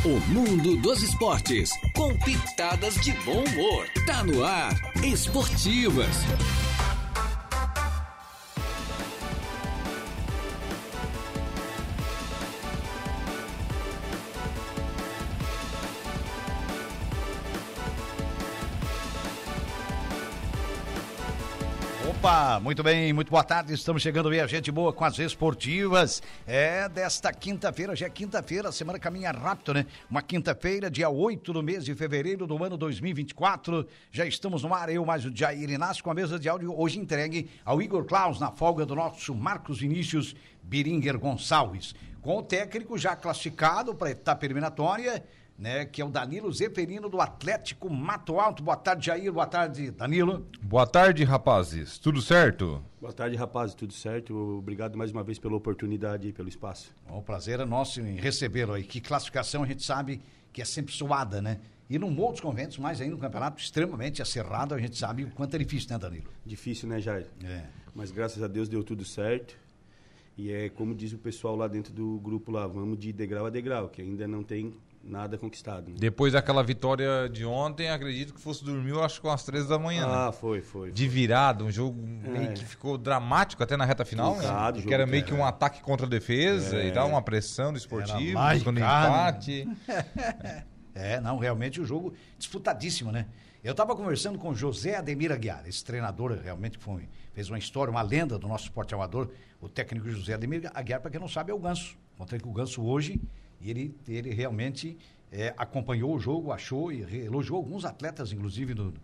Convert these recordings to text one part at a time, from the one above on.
O mundo dos esportes, com pitadas de bom humor. Tá no ar, Esportivas. Opa, muito bem, muito boa tarde, estamos chegando aí, a gente boa com as esportivas, desta quinta-feira, já é quinta-feira, a semana caminha rápido, né? Uma quinta-feira, dia 8 do mês de fevereiro do ano 2024, já estamos no ar, eu mais o Jair Inácio com a mesa de áudio, hoje entregue ao Igor Claus, na folga do nosso Marcos Vinícius Biringer Gonçalves, com o técnico já classificado para a etapa eliminatória, né, que é o Danilo Zeferino do Atlético Mato Alto. Boa tarde, Jair. Boa tarde, Danilo. Boa tarde, rapazes. Tudo certo? Boa tarde, rapazes. Tudo certo. Obrigado mais uma vez pela oportunidade e pelo espaço. O prazer é nosso em recebê-lo aí. Que classificação a gente sabe que é sempre suada, né? E num outros conventos, mas aí no campeonato extremamente acirrado, a gente sabe o quanto é difícil, né, Danilo? Difícil, né, Jair? É. Mas graças a Deus deu tudo certo. E é como diz o pessoal lá dentro do grupo lá, vamos de degrau a degrau, que ainda não tem nada conquistado. Né? Depois daquela vitória de ontem, acredito que fosse dormir, eu acho que às 3 da manhã. Ah, né? foi. De virada, um jogo meio que ficou dramático até na reta final, Truncado, né? Que era meio que um ataque contra a defesa e tal, uma pressão do esportivo, buscando empate. Não, realmente o jogo disputadíssimo, né? Eu estava conversando com José Ademir Aguiar, esse treinador realmente fez uma história, uma lenda do nosso esporte amador, o técnico José Ademir Aguiar, para quem não sabe, é o Ganso. Encontrei com o Ganso hoje e ele realmente acompanhou o jogo, achou e elogiou alguns atletas, inclusive do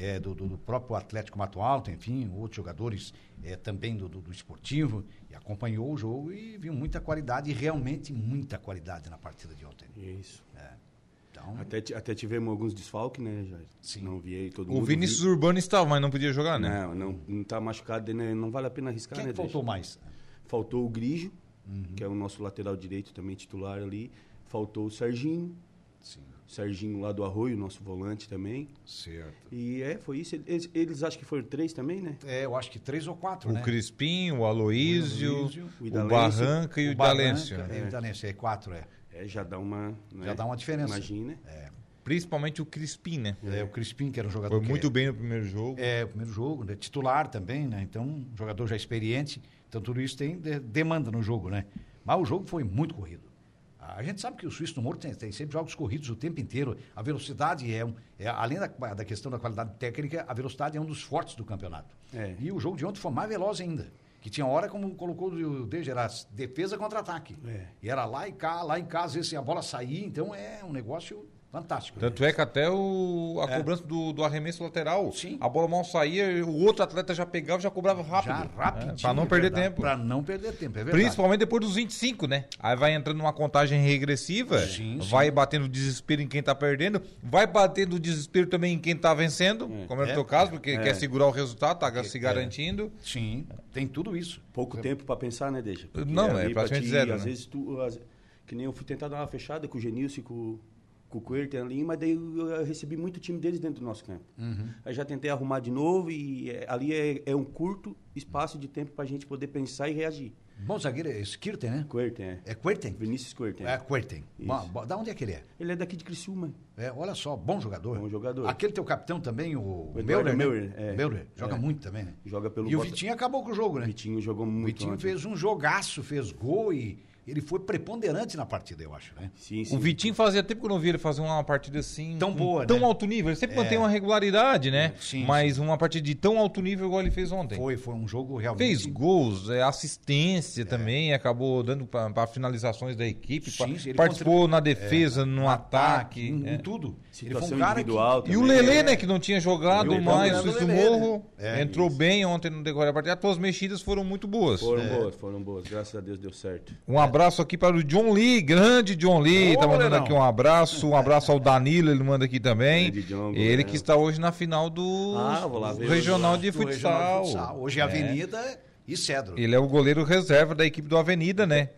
próprio Atlético Mato Alto, enfim, outros jogadores também do esportivo, e acompanhou o jogo e viu muita qualidade, e realmente muita qualidade na partida de ontem. Isso. Então, até tivemos alguns desfalques, né, Jair? Sim. Não vi aí todo mundo. O Vinícius Urbano estava, mas não podia jogar, né? Não tá machucado, né? Não vale a pena arriscar, quem né? faltou mais? Faltou o Grigio, que é o nosso lateral direito também titular ali. Faltou o Serginho. Sim. Serginho lá do Arroio, nosso volante também. Certo. E foi isso. Eles acham que foram 3 também, né? Eu acho que 3 ou 4, né? O Crispim, o Aloísio, o Idalêncio, Barranca e o Idalêncio. O Idalêncio, 4, já dá uma... Já dá uma diferença. Imagina. Principalmente o Crispim, né? O Crispim, que era um jogador... Foi muito bem no primeiro jogo. O primeiro jogo, né? Titular também, né? Então, um jogador já experiente. Então, tudo isso tem demanda no jogo, né? Mas o jogo foi muito corrido. A gente sabe que o Suíço do Morro tem sempre jogos corridos o tempo inteiro. A velocidade além da questão da qualidade técnica, a velocidade é um dos fortes do campeonato. E o jogo de ontem foi mais veloz ainda. Que tinha hora, como colocou o Deja, era defesa contra ataque. E era lá e cá, às vezes a bola saía, então é um negócio fantástico. Tanto é que até a cobrança do arremesso lateral, sim, a bola mal saía, o outro atleta já pegava, já cobrava rápido. Já rapidinho. Para não perder tempo. Para não perder tempo, é verdade. Principalmente depois dos 25, né? Aí vai entrando numa contagem regressiva, vai batendo desespero em quem tá perdendo, vai batendo desespero também em quem tá vencendo, como é no teu caso, porque quer segurar o resultado, tá se garantindo. Sim, tem tudo isso. Pouco tempo para pensar, né, Deixa? Não, praticamente zero, às vezes que nem eu fui tentar dar uma fechada com o Genilson e com o Coelho ali, mas daí eu recebi muito time deles dentro do nosso campo. Aí já tentei arrumar de novo e ali é um curto espaço de tempo pra gente poder pensar e reagir. Bom zagueiro é Skirten, né? Coelho, É Coelho? Vinícius Coelho. Coelho. Da onde é que ele é? Ele é daqui de Criciúma. Olha só, bom jogador. Bom jogador. Aquele teu capitão também, o Meurer, né? Meurer, joga muito também, né? Joga pelo E o Vitinho acabou com o jogo, né? O Vitinho jogou muito. O Vitinho fez um jogaço, fez gol e ele foi preponderante na partida, eu acho, né? Sim. O Vitinho fazia tempo que eu não vi ele fazer uma partida assim... Tão boa, tão né? alto nível. Ele sempre mantém uma regularidade, né? Sim, mas uma partida de tão alto nível igual ele fez ontem. Foi um jogo realmente... Fez gols, assistência também, acabou dando para finalizações da equipe, participou na defesa, no ataque. Em tudo. Situação ele foi um cara individual que... E o Lelê, né, que não tinha jogado mais o Suíço do Morro, né? entrou bem ontem no decorrer da partida. As tuas mexidas foram muito boas. Foram boas. Graças a Deus deu certo. Um abraço aqui para o John Lee, grande John Lee, tá mandando aqui um abraço ao Danilo, ele manda aqui também. Ele que está hoje na final do Regional de Futsal. Hoje é Avenida e Cedro. Ele é o goleiro reserva da equipe do Avenida, né?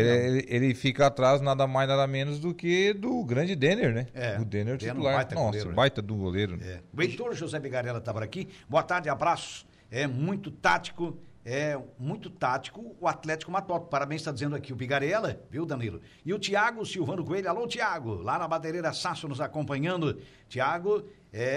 Ele fica atrás nada mais nada menos do que do grande Denner, né? O Denner titular. Baita do goleiro. O Heitor José Bigarella estava aqui. Boa tarde, abraços. É muito tático. muito tático, o Atlético matou. Parabéns, está dizendo aqui o Bigarella, viu, Danilo? E o Tiago Silvano Coelho. Alô, Tiago, lá na Madeireira Sasso nos acompanhando. Tiago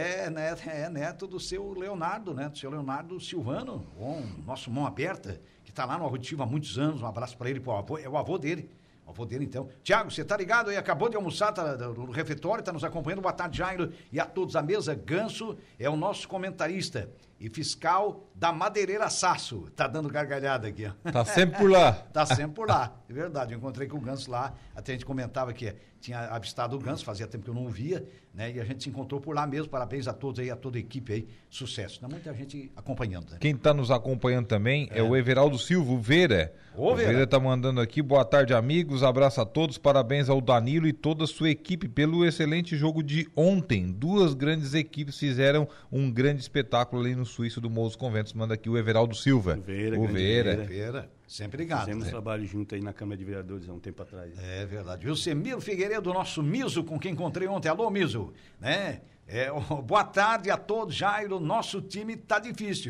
é neto do seu Leonardo, né? Do seu Leonardo Silvano, nosso mão aberta, que está lá no Arrotivo há muitos anos. Um abraço para ele, é o avô dele. O avô dele, então. Tiago, você tá ligado aí? Acabou de almoçar, tá no refeitório, tá nos acompanhando. Boa tarde, Jairo. E a todos à mesa. Ganso é o nosso comentarista e fiscal da Madeireira Sasso. Tá dando gargalhada aqui, ó. Tá sempre por lá. Tá sempre por lá. É verdade. Eu encontrei com o Ganso lá. Até a gente comentava que tinha avistado o Ganso, fazia tempo que eu não o via, né? E a gente se encontrou por lá mesmo. Parabéns a todos aí, a toda a equipe aí. Sucesso. Tem muita gente acompanhando, né? Quem tá nos acompanhando também é o Everaldo Silva, o Vera. O Vera tá mandando aqui, boa tarde, amigos, abraço a todos, parabéns ao Danilo e toda a sua equipe pelo excelente jogo de ontem. 2 grandes equipes fizeram um grande espetáculo ali no Suíço do Morro dos Conventos. Manda aqui o Everaldo Silva. O Vera. Sempre ligado. Fizemos trabalho junto aí na Câmara de Vereadores há um tempo atrás. É verdade. Viu, Semiro Figueiredo, nosso Miso, com quem encontrei ontem. Alô, Miso, né? Boa tarde a todos, Jairo. Nosso time tá difícil.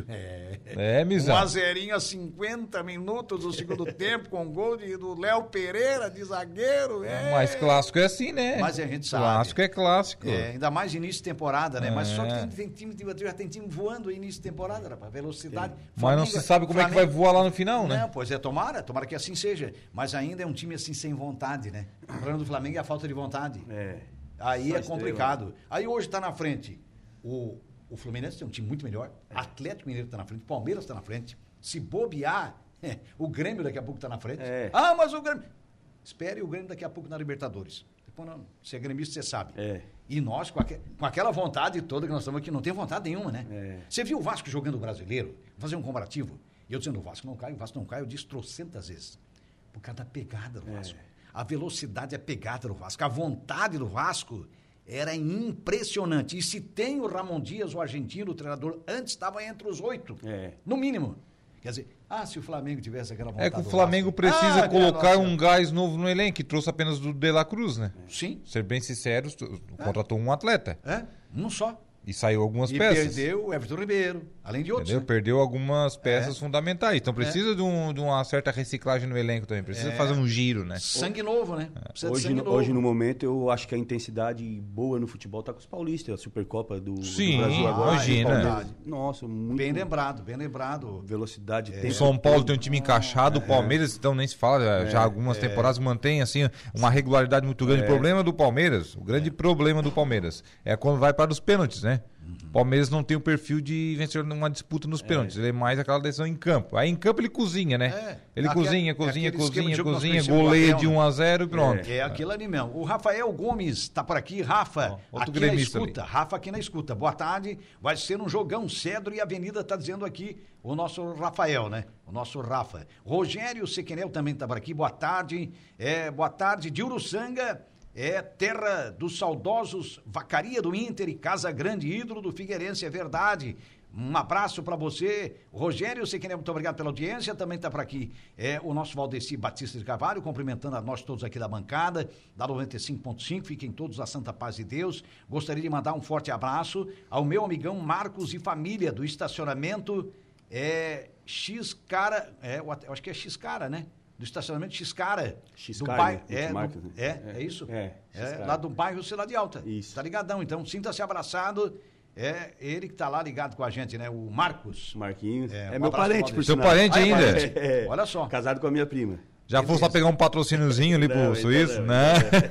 Misão. 1-0 a 50 minutos do segundo tempo, com gol do Léo Pereira, de zagueiro. Mas clássico é assim, né? Mas a gente sabe. Clássico é clássico. Ainda mais início de temporada, né? Mas só que tem time, já tem time voando início de temporada, rapaz. Velocidade. Mas não se sabe como é que vai voar lá no final, né? Não, pois tomara que assim seja. Mas ainda é um time assim sem vontade, né? O problema do Flamengo é a falta de vontade. Aí é complicado. Aí hoje está na frente o Fluminense, tem um time muito melhor. Atlético Mineiro está na frente, Palmeiras está na frente. Se bobear, o Grêmio daqui a pouco está na frente. Mas o Grêmio... Espere o Grêmio daqui a pouco na Libertadores. Depois não, se é gremista, você sabe. E nós, com aquela vontade toda que nós estamos aqui, não tem vontade nenhuma, né? Você viu o Vasco jogando o Brasileiro? Vou fazer um comparativo. E eu dizendo, o Vasco não cai, eu disse trocentas vezes. Por causa da pegada do Vasco. A velocidade, a pegada do Vasco, a vontade do Vasco era impressionante. E se tem o Ramon Dias, o argentino, o treinador, antes estava entre os 8, no mínimo. Quer dizer, se o Flamengo tivesse aquela vontade... que o Flamengo precisa colocar um gás novo no elenco, que trouxe apenas do De La Cruz, né? Sim. Ser bem sinceros, contratou um atleta. Um só. E saiu algumas peças. E perdeu o Everton Ribeiro, além de outros. Né? Perdeu algumas peças fundamentais. Então precisa de uma certa reciclagem no elenco também. Precisa fazer um giro, né? Sangue novo, né? Hoje, no momento, eu acho que a intensidade boa no futebol tá com os paulistas. A Supercopa do Brasil agora. Imagina. Nossa, muito... Bem lembrado. Velocidade. O São Paulo tem um time encaixado. O Palmeiras, então, nem se fala. Já algumas temporadas mantém, assim, uma regularidade muito grande. O problema do Palmeiras, o grande problema do Palmeiras é quando vai para os pênaltis, né? O Palmeiras não tem o perfil de vencer uma disputa nos pênaltis, ele é mais aquela decisão em campo. Aí em campo ele cozinha, né? Ele cozinha, goleia de 1-0 e pronto. É aquilo ali mesmo. O Rafael Gomes está por aqui. Rafa, aqui na escuta. Rafa aqui na escuta. Boa tarde. Vai ser um jogão. Cedro e Avenida está dizendo aqui o nosso Rafael, né? O nosso Rafa. Rogério Sequenel também está por aqui. Boa tarde. Boa tarde. De Uruçanga. Terra dos saudosos, Vacaria do Inter e Casa Grande, ídolo do Figueirense, é verdade. Um abraço para você, Rogério Sequenel, muito obrigado pela audiência. Também está por aqui o nosso Valdeci Batista de Carvalho, cumprimentando a nós todos aqui da bancada, da 95.5, fiquem todos na santa paz de Deus. Gostaria de mandar um forte abraço ao meu amigão Marcos e família do estacionamento X-Cara, eu acho que é X-Cara, né? Do estacionamento X-Cara. X-Cara, é isso? Lá do bairro Cidade Alta. Isso. Tá ligadão, então sinta-se abraçado. Ele que tá lá ligado com a gente, né? O Marcos. Marquinhos. Meu parente, por seu parente ainda? Olha só. Casado com a minha prima. Já fosse lá pegar um patrocíniozinho ali pro Suíço, né?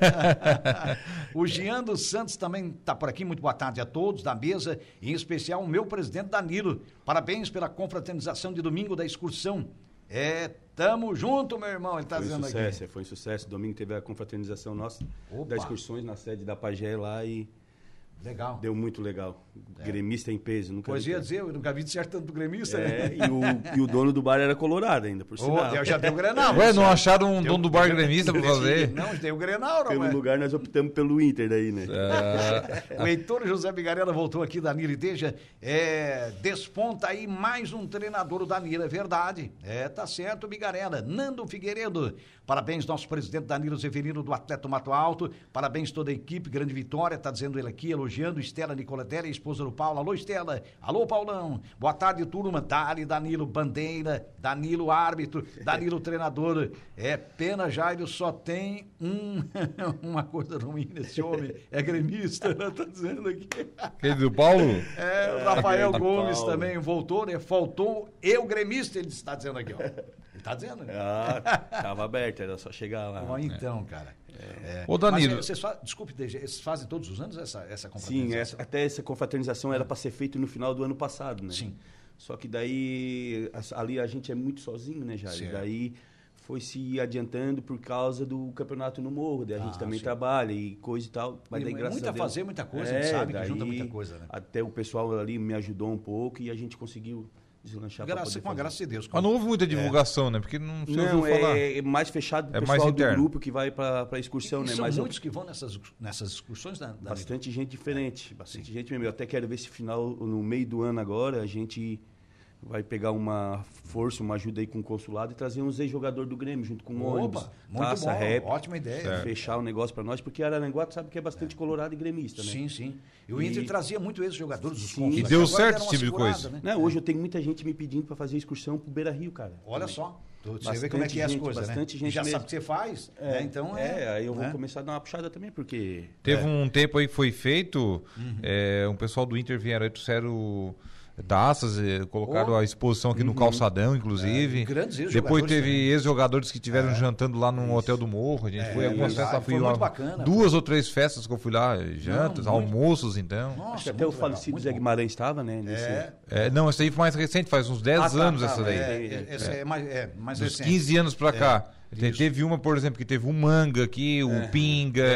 O Jean dos Santos também está por aqui. Muito boa tarde a todos da mesa, em especial o meu presidente Danilo. Parabéns pela confraternização de domingo da excursão. Tamo junto, meu irmão, ele tá dizendo aqui. Foi sucesso. Domingo teve a confraternização nossa das excursões na sede da Pagé lá e... Legal. Deu muito legal. Gremista em peso. Pois ia dizer, eu nunca vi de certo tanto gremista, né? E o dono do bar era colorado ainda, por sinal. Já deu o Grenal. Ué, não acharam um dono do bar gremista pra fazer? Não, tem o Grenal, não. Pelo lugar nós optamos pelo Inter daí, né? O Heitor José Bigarella voltou aqui, Danilo e Deja. Desponta aí mais um treinador, o Danilo, é verdade. Tá certo, Bigarella. Nando Figueiredo. Parabéns, nosso presidente Danilo Zeferino do Atlético Mato Alto. Parabéns toda a equipe, grande vitória. Tá dizendo ele aqui, elogiando Estela Nicoletelli, esposa do Paulo. Alô, Estela. Alô, Paulão. Boa tarde, turma. Dali, Danilo Bandeira, Danilo árbitro, Danilo treinador. É pena, Jairo, só tem uma coisa ruim nesse homem. É gremista, né? Tá dizendo aqui. Aquele do Paulo? O Rafael Gomes também voltou, né? Faltou eu, gremista, ele está dizendo aqui, ó. Ele está dizendo, né? Tava aberto, era só chegar lá. Então, cara. Ô, Danilo. Mas desculpe, vocês fazem todos os anos essa Sim, confraternização? até essa confraternização era para ser feita no final do ano passado, né? Sim. Só que daí, ali a gente é muito sozinho, né, Jair? Certo. Daí foi se adiantando por causa do campeonato no Morro, daí a gente também trabalha e coisa e tal. Mas daí, graças a Deus, fazer muita coisa, a gente sabe que junta muita coisa, né? Até o pessoal ali me ajudou um pouco e a gente conseguiu deslanchar para poder com a graça de Deus. Mas não houve muita divulgação, né? Porque não se ouviu falar. É mais fechado pro mais pessoal do interno. grupo que vai para a excursão, né? São Mas muitos que vão nessas excursões da bastante gente diferente, bastante gente mesmo. Eu até quero ver se no meio do ano agora a gente vai pegar uma força, uma ajuda aí com o consulado e trazer uns ex-jogadores do Grêmio junto com o ônibus, muito bom, rap, ótima ideia. Certo. Fechar o negócio para nós, porque Araranguá tu sabe que é bastante colorado e gremista, né? Sim. E o Inter trazia muito ex-jogadores dos Sim. E clubes. deu Agora certo deram esse tipo de segurada, coisa. né? Não, hoje eu tenho muita gente me pedindo para fazer excursão pro Beira Rio, cara. Olha só. Você Bastante vê como é que é as gente, coisas, né? bastante gente Já mesmo. sabe o que você faz, né? Então aí eu vou né? começar a dar uma puxada também, porque... Teve um tempo aí que foi feito, um pessoal do Inter vieram aí, trouxeram taças, colocaram a exposição aqui no calçadão, inclusive. Grandes ex-jogadores Depois teve também. ex-jogadores que estiveram jantando lá no Hotel do Morro. A gente foi em algumas verdade. festas, Foi fui muito lá, bacana, 2 ou 3 festas que eu fui lá, jantas, Não, muito. almoços, então. Nossa, Acho que até o muito falecido legal, Zé muito bom. Guimarães estava, né? Não, essa aí foi mais recente, faz uns 10 anos essa daí. Essa é mais Dos recente. 15 anos pra cá. Teve uma, por exemplo, que teve o Manga aqui, o Pinga,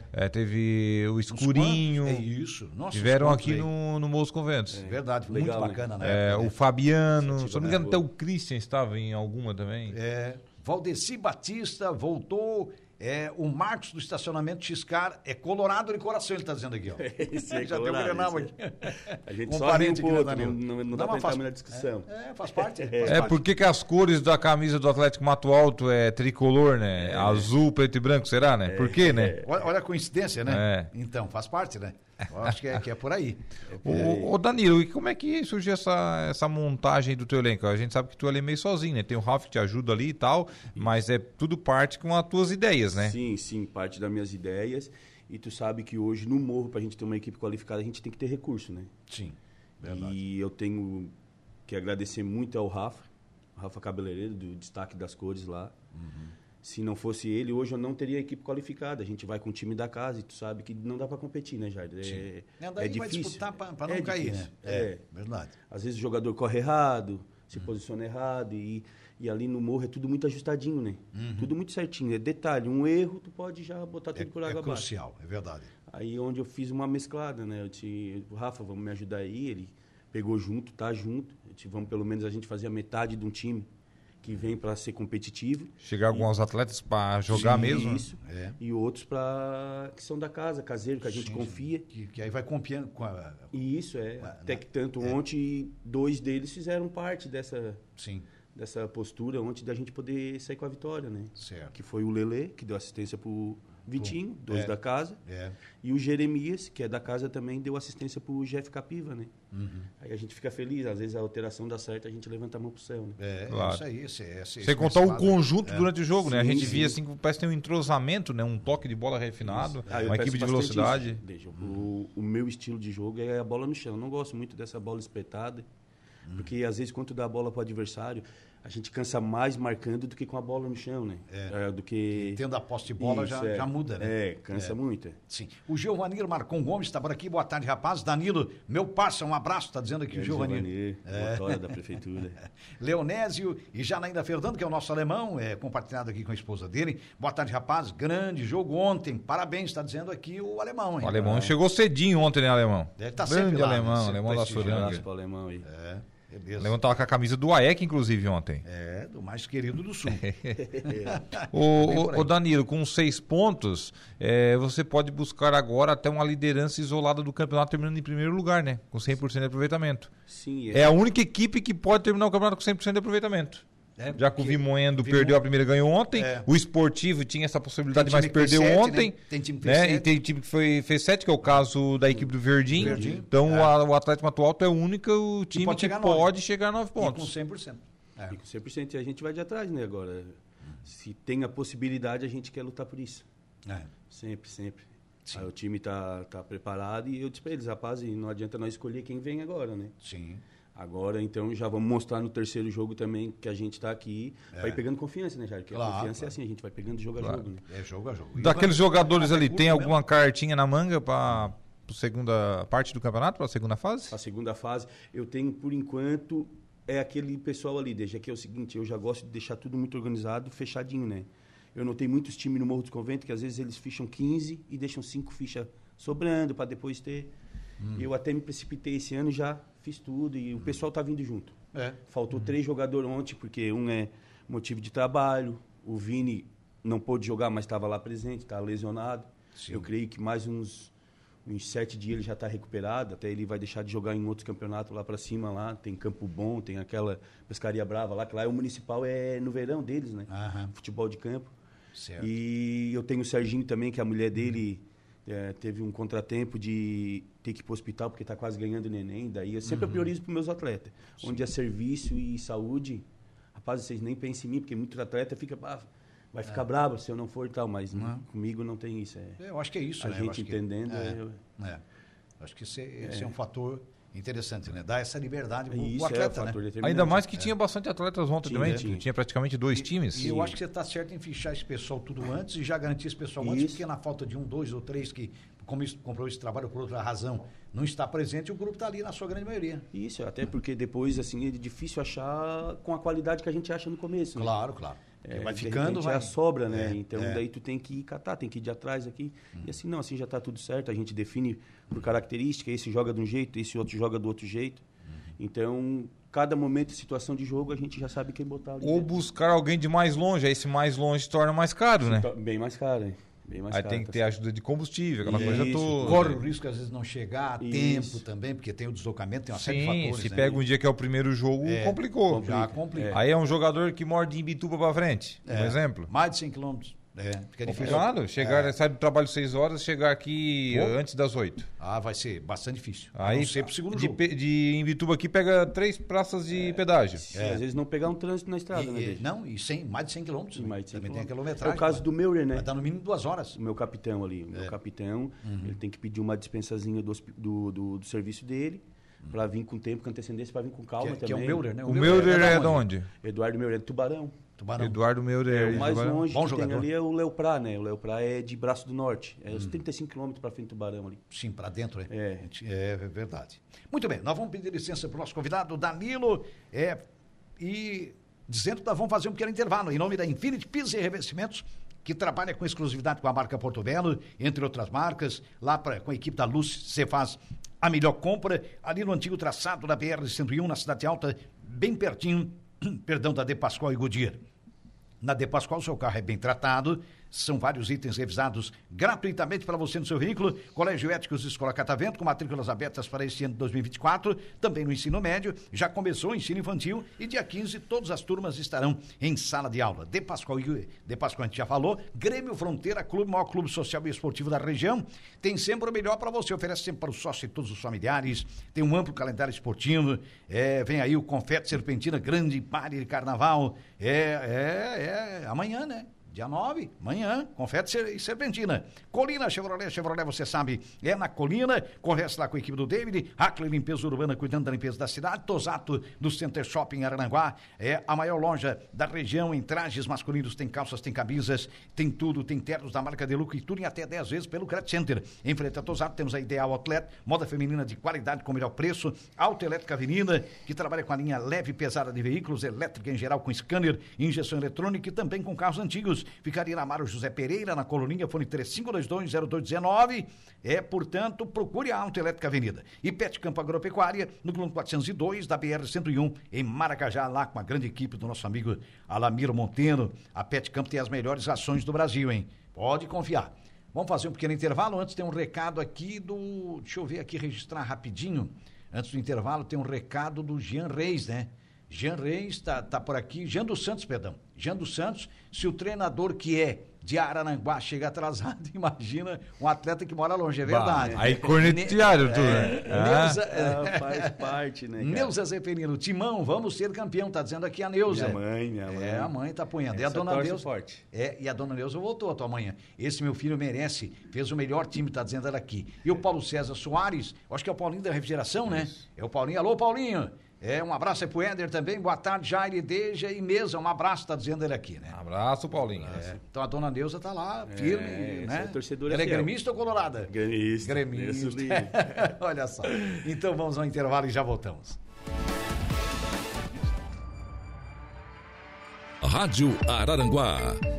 teve o Escurinho. É isso. Nossa, Tiveram os aqui quantos no Moço Conventos. Verdade, Legal, muito né? bacana, né? O Fabiano, se Iniciativa não me engano, boa. até o Christian estava em alguma também. Valdeci Batista voltou. O Marcos do estacionamento Xcar é colorado de coração, ele está dizendo aqui, ó. Esse é Já deu colorado, Grenal esse aqui. A gente Com só parente ri um aqui, pouco, né, não Danilo? dá para Faz- entrar na discussão. Faz parte. Por que as cores da camisa do Atlético Mato Alto é tricolor, né? Azul, preto e branco, será, né? Por quê, né? Olha a coincidência, né? Então, faz parte, né? Eu acho que é por aí. Ô Danilo, e como é que surgiu essa montagem do teu elenco? A gente sabe que tu é meio sozinho, né? Tem o Ralf que te ajuda ali e tal, mas é tudo parte com as tuas ideias, né? Sim, parte das minhas ideias. E tu sabe que hoje no Morro, pra gente ter uma equipe qualificada, a gente tem que ter recurso, né? Sim, verdade. E eu tenho que agradecer muito ao Rafa Cabeleireiro, do Destaque das Cores lá. Se não fosse ele, hoje eu não teria equipe qualificada. A gente vai com o time da casa e tu sabe que não dá para competir, né, Jair? Daí É difícil. vai disputar para não cair, difícil. né? Verdade. Às vezes o jogador corre errado, se posiciona errado e ali no Morro é tudo muito ajustadinho, né? Tudo muito certinho. É detalhe, um erro, tu pode já botar tudo por água abaixo. Crucial, é verdade. Aí onde eu fiz uma mesclada, né? Rafa, vamos me ajudar aí. Ele pegou junto, tá junto. Vamos pelo menos a gente fazer a metade de um time que vem para ser competitivo. Chegar alguns atletas para jogar mesmo? Isso. E outros que são da casa, caseiro, que a gente confia. Que aí vai confiando com a... Isso, até que tanto ontem, 2 deles fizeram parte dessa postura ontem da gente poder sair com a vitória, né? Certo. Que foi o Lelê, que deu assistência pro Vitinho, 2 da casa. E o Jeremias, que é da casa também, deu assistência pro Jeff Capiva, né? Aí a gente fica feliz. Às vezes a alteração dá certo, a gente levanta a mão pro céu, né? Claro. Isso aí. Sem contar o conjunto durante o jogo, né? A Sim, gente sim. via assim que parece que tem um entrosamento, né? Um toque de bola refinado, Eu uma peço equipe de bastante velocidade. isso. Veja, o meu estilo de jogo é a bola no chão. Eu não gosto muito dessa bola espetada, porque às vezes quando tu dá a bola pro adversário, a gente cansa mais marcando do que com a bola no chão, né? Do que... Tendo a posse de bola já muda, né? Cansa muito. Sim. O Giovanir Marcon Gomes está por aqui. Boa tarde, rapaz. Danilo, meu parça, um abraço. Está dizendo aqui o Giovanir. Motora da prefeitura. Leonésio e Janaína Fernando, que é o nosso alemão, compartilhado aqui com a esposa dele. Boa tarde, rapaz. Grande jogo ontem. Parabéns, está dizendo aqui o alemão, hein? O alemão chegou cedinho ontem, né, alemão? Deve estar Grande sempre lá, alemão, né? alemão da Prestigiando. Soranga. Abraço pro alemão aí. O Beleza. alemão tava com a camisa do AEC, inclusive, ontem. Do mais querido do Sul. O Danilo, com 6 pontos, você pode buscar agora até uma liderança isolada do campeonato, terminando em primeiro lugar, né? Com 100% de aproveitamento. Sim, É a única equipe que pode terminar o campeonato com 100% de aproveitamento. já que o Vimoendo perdeu a primeira, ganhou ontem. O Esportivo tinha essa possibilidade, mas perdeu ontem. Né? Tem time que fez 7. E tem time que fez 7, que é o caso da equipe do Verdinho. Então o Atlético Mato Alto é o único time que pode chegar a 9 pontos. E com 100%. E com 100%. E a gente vai de atrás, né, agora. Se tem a possibilidade, a gente quer lutar por isso. Sempre. Aí o time tá preparado e eu disse pra eles, rapaz, não adianta nós escolher quem vem agora, né? Sim. Agora, então, já vamos mostrar no terceiro jogo também que a gente tá aqui. Vai ir pegando confiança, né, Jair? Porque a confiança é assim, a gente vai pegando jogo a jogo, né? É jogo a jogo. Daqueles jogadores ali, tem alguma cartinha na manga para a segunda parte do campeonato, para a segunda fase? A segunda fase, eu tenho, por enquanto, aquele pessoal ali, desde que é o seguinte, eu já gosto de deixar tudo muito organizado, fechadinho, né? Eu notei muitos times no Morro dos Conventos que às vezes eles ficham 15 e deixam 5 fichas sobrando para depois ter. Eu até me precipitei esse ano e já fiz tudo e o pessoal tá vindo junto. Faltou 3 jogadores ontem, porque um é motivo de trabalho, o Vini não pôde jogar, mas estava lá presente, estava lesionado. Sim. Eu creio que mais uns 7 dias ele já está recuperado, até ele vai deixar de jogar em outros campeonatos lá para cima, lá tem Campo Bom, tem aquela Pescaria Brava lá, que lá é o municipal, é no verão deles, né? Futebol de campo. Certo. E eu tenho o Serginho também, que a mulher dele teve um contratempo de ter que ir para o hospital porque está quase ganhando neném. Daí eu sempre priorizo para os meus atletas. Sim. Onde é serviço e saúde, rapaz, vocês nem pensem em mim, porque muito atleta fica, vai ficar bravo se eu não for e tal, mas comigo não tem isso. Eu acho que é isso, a gente entendendo. Acho que esse é um fator interessante, né? Dar essa liberdade para o atleta, né? Ainda mais que tinha bastante atletas ontem também. Tinha praticamente 2 times. E eu acho que você está certo em fichar esse pessoal tudo antes e já garantir esse pessoal antes, porque na falta de 1, 2 ou 3 que comprou esse trabalho por outra razão, não está presente, o grupo está ali na sua grande maioria. Isso, até porque depois, assim, é difícil achar com a qualidade que a gente acha no começo. Né? Claro. Vai ficando, vai... sobra, né? Então, daí tu tem que ir catar, tem que ir de atrás aqui. E assim, não, assim já está tudo certo. A gente define por característica, esse joga de um jeito, esse outro joga do outro jeito. Então, cada momento e situação de jogo, a gente já sabe quem botar ali. Ou buscar alguém de mais longe, aí esse mais longe torna mais caro, né? Bem mais caro, hein? Aí tem que ter ajuda de combustível, aquela coisa toda. Corre o risco, às vezes, não chegar a tempo também, porque tem o deslocamento, tem uma série de fatores. Se pega um dia que é o primeiro jogo, complicou. Já complica. Aí é um jogador que morde em Bituba pra frente, por exemplo. Mais de 100 quilômetros. Fica difícil. Claro, sai do trabalho 6 horas, chegar aqui antes das 8. Vai ser bastante difícil. Aí sempre segundo jogo. De Imbituba aqui pega 3 praças de pedágio. Às vezes não pegar um trânsito na estrada, né? Mais de 100 quilômetros. Também tem a quilometragem. É o caso do Meurer, né? Vai dar no mínimo 2 horas. O meu capitão ali. Meu capitão, ele tem que pedir uma dispensazinha do serviço dele. Para vir com tempo, com antecedência, para vir com calma também. Que é o Meurer, né? O Meurer é de onde? Eduardo Meurer, de Tubarão. Eduardo Meurer. O mais longe Bom que jogador. tem ali é o Léo Prá, né? O Léo Prá é de Braço do Norte. É uns 35 quilômetros para frente do Tubarão ali. Sim, para dentro, né? É verdade. Muito bem, nós vamos pedir licença para o nosso convidado, Danilo, e dizendo que nós vamos fazer um pequeno intervalo em nome da Infinity Pisos e Revestimentos, que trabalha com exclusividade com a marca Porto Belo, entre outras marcas. Lá com a equipe da Luz, você faz a melhor compra, ali no antigo traçado da BR-101, na Cidade Alta, bem pertinho, da De Pascoal e Goodyear. Na De Pascoal, seu carro é bem tratado, são vários itens revisados gratuitamente para você no seu veículo. Colégio Éticos Escola Catavento, com matrículas abertas para este ano de 2024, também no ensino médio, já começou o ensino infantil e dia 15 todas as turmas estarão em sala de aula. De Pascoal, a gente já falou, Grêmio Fronteira Clube, maior clube social e esportivo da região, tem sempre o melhor para você, oferece sempre para o sócio e todos os familiares, tem um amplo calendário esportivo, vem aí o Confete Serpentina, grande pare de carnaval, amanhã, né? Dia 9, amanhã, Confete e Serpentina. Colina Chevrolet, você sabe, é na Colina. Converse lá com a equipe do David. Hackley Limpeza Urbana, cuidando da limpeza da cidade. Tosato, do Center Shopping Araranguá. É a maior loja da região em trajes masculinos. Tem calças, tem camisas, tem tudo. Tem ternos da marca Deluca e tudo em até 10 vezes pelo Credit Center. Em frente a Tosato, temos a Ideal Outlet, moda feminina de qualidade com melhor preço. Autoelétrica Avenida, que trabalha com a linha leve e pesada de veículos, elétrica em geral com scanner, injeção eletrônica e também com carros antigos. Ficaria na Mário José Pereira, na Coloninha, fone 3522-0219. Portanto, procure a Autoelétrica Avenida. E Pet Campo Agropecuária, no quilômetro 402 da BR-101, em Maracajá, lá com a grande equipe do nosso amigo Alamiro Monteiro. A Pet Campo tem as melhores ações do Brasil, hein? Pode confiar. Vamos fazer um pequeno intervalo. Antes tem um recado aqui Deixa eu ver aqui, registrar rapidinho. Antes do intervalo tem um recado do Jean Reis, né? Jean Reis tá por aqui. Jean dos Santos, perdão. Jean dos Santos, se o treinador que é de Araranguá chega atrasado, imagina um atleta que mora longe, é verdade. Aí cornetearam tudo, né? Faz parte, né, cara? Neuza Zeferino, Timão, vamos ser campeão, tá dizendo aqui a Neuza. Minha mãe. A mãe tá apoiando. E a dona Neuza. Forte. E a dona Neuza voltou a tua manhã. Esse meu filho merece, fez o melhor time, tá dizendo ela aqui. E o Paulo César Soares, acho que é o Paulinho da Refrigeração, né? É o Paulinho. Alô, Paulinho. Um abraço aí pro Éder também, boa tarde, Jair, Deja e Mesa, um abraço, tá dizendo ele aqui, né? Abraço, Paulinho. Então a dona Neuza tá lá, firme, né? Torcedora ela é gremista ou colorada? Gremista. Olha só. Então vamos ao intervalo e já voltamos. Rádio Araranguá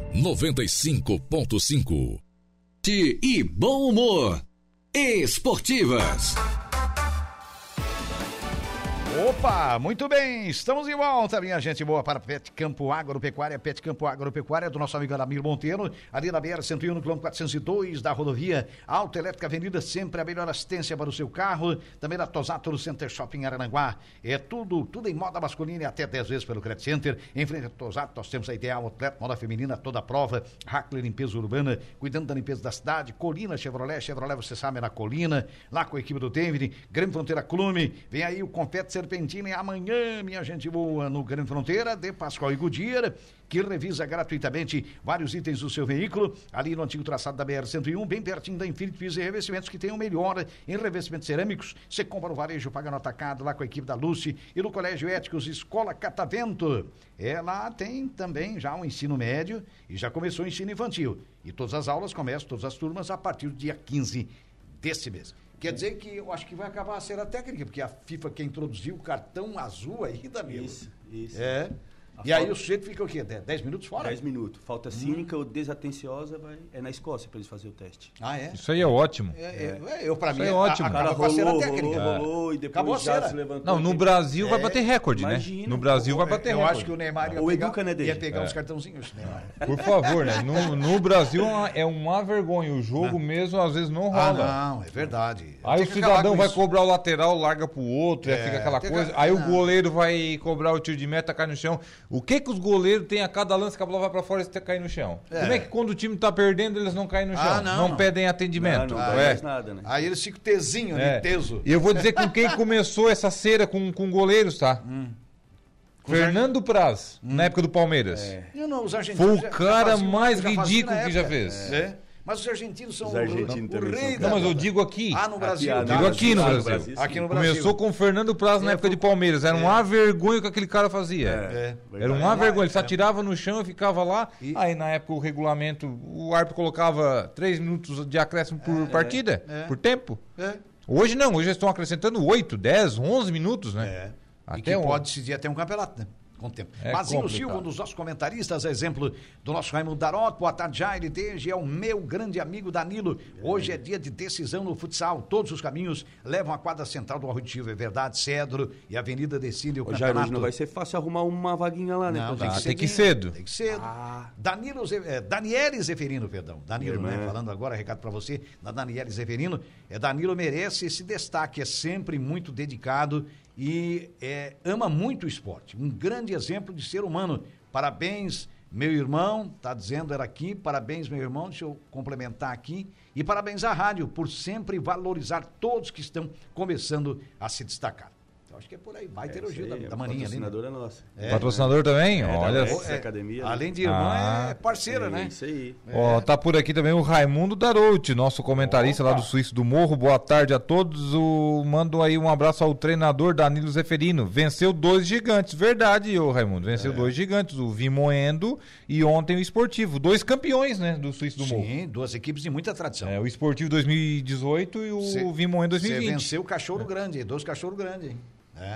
95.5. E bom humor. Esportivas. Opa, muito bem, estamos de volta, minha gente boa, para Pet Campo Agropecuária, do nosso amigo Aramir Monteiro, ali na BR-101, no quilômetro 402 da rodovia Autoelétrica Avenida, sempre a melhor assistência para o seu carro, também da Tosato no Center Shopping Araranguá, tudo em moda masculina e até 10 vezes pelo Credit Center, em frente a Tosato, nós temos a Ideal Outlet, moda feminina, toda a prova, Hackler Limpeza Urbana, cuidando da limpeza da cidade, Colina Chevrolet você sabe, é na Colina, lá com a equipe do David, Grande Fronteira Clube, vem aí o Confete Serpentina e amanhã, minha gente boa, no Grande Fronteira, de Pascoal e Goodyear, que revisa gratuitamente vários itens do seu veículo, ali no antigo traçado da BR-101, bem pertinho da Infinity Pisos e Revestimentos, que tem o melhor em revestimentos cerâmicos. Você compra no varejo, paga no atacado, lá com a equipe da Lucy e no Colégio Éticos Escola Catavento. Lá tem também já um ensino médio e já começou o ensino infantil. E todas as aulas começam, todas as turmas, a partir do dia 15 desse mês. Quer dizer que eu acho que vai acabar a cera técnica, porque a FIFA quer introduzir o cartão azul aí, Danilo. Isso. Aí o sujeito fica o quê? 10 minutos fora? 10 minutos. Falta cínica ou desatenciosa é na Escócia para eles fazerem o teste. Isso aí é ótimo. Pra mim é ótimo. Acaba com a cera técnica. Rolou e depois já se levantou. Não, no Brasil vai bater recorde, imagina, né? No Brasil vai bater recorde. Eu acho que o Neymar ia pegar uns cartãozinhos. Por favor, né? No Brasil é uma vergonha. O jogo mesmo às vezes não rola. Não, é verdade. Aí o cidadão vai cobrar o lateral, larga pro outro, fica aquela coisa. Aí o goleiro vai cobrar o tiro de meta, cai no chão. O que os goleiros têm a cada lance que a bola vai pra fora e você cai no chão? Como é que quando o time tá perdendo eles não caem no chão? Não pedem atendimento. Não faz nada, né? Aí eles ficam tesinho, teso. E eu vou dizer com quem começou essa cera com goleiros, tá? Fernando Praz, na época do Palmeiras. Os argentinos foi o cara mais ridículo que já fez. Mas os argentinos são o rei. Não, mas eu digo aqui. No Brasil. Digo aqui no Brasil. Aqui no Brasil. Começou com o Fernando Praz na época de Palmeiras. Era uma vergonha que aquele cara fazia. Era uma vergonha. Ele se atirava no chão e ficava lá. Aí na época o regulamento, o árbitro colocava 3 minutos de acréscimo por partida, por tempo. Hoje não, hoje eles estão acrescentando 8, 10, 11 minutos, né? Até que pode decidir até um campeonato, né? Com o tempo. Mazinho Silva, um dos nossos comentaristas, exemplo do nosso Raimundo Darotto. Boa tarde, Jair. Desde é o meu grande amigo Danilo. Hoje é dia de decisão no futsal. Todos os caminhos levam à quadra central do Arroitivo. É verdade, Cedro e Avenida Decile. O campeonato. Jair, hoje não vai ser fácil arrumar uma vaguinha lá, né? Não, tem que ir cedo. Tem que ir cedo. Daniele Zeferino, perdão. Danilo, né? Falando agora, recado pra você, da Daniele Zeferino. Danilo merece esse destaque, é sempre muito dedicado e ama muito o esporte. Um grande exemplo de ser humano. Parabéns, meu irmão, tá dizendo, era aqui, parabéns, meu irmão, deixa eu complementar aqui, e parabéns à rádio por sempre valorizar todos que estão começando a se destacar. Eu acho que é por aí, vai ter elogio da maninha ali. Patrocinadora nossa. Patrocinador também? Olha só. Academia, além de irmã, é parceira, né? Isso aí. Tá por aqui também o Raimundo Darotto, nosso comentarista lá do Suíço do Morro. Boa tarde a todos. Mando aí um abraço ao treinador Danilo Zeferino. Venceu 2 gigantes, verdade, Raimundo. Venceu 2 gigantes, o Vimoendo e ontem o Esportivo. 2 campeões, né, do Suíço do Morro. Sim, 2 equipes de muita tradição. O Esportivo 2018 e o Vimoendo 2020. Você venceu o Cachorro Grande, 2 Cachorro Grande, hein?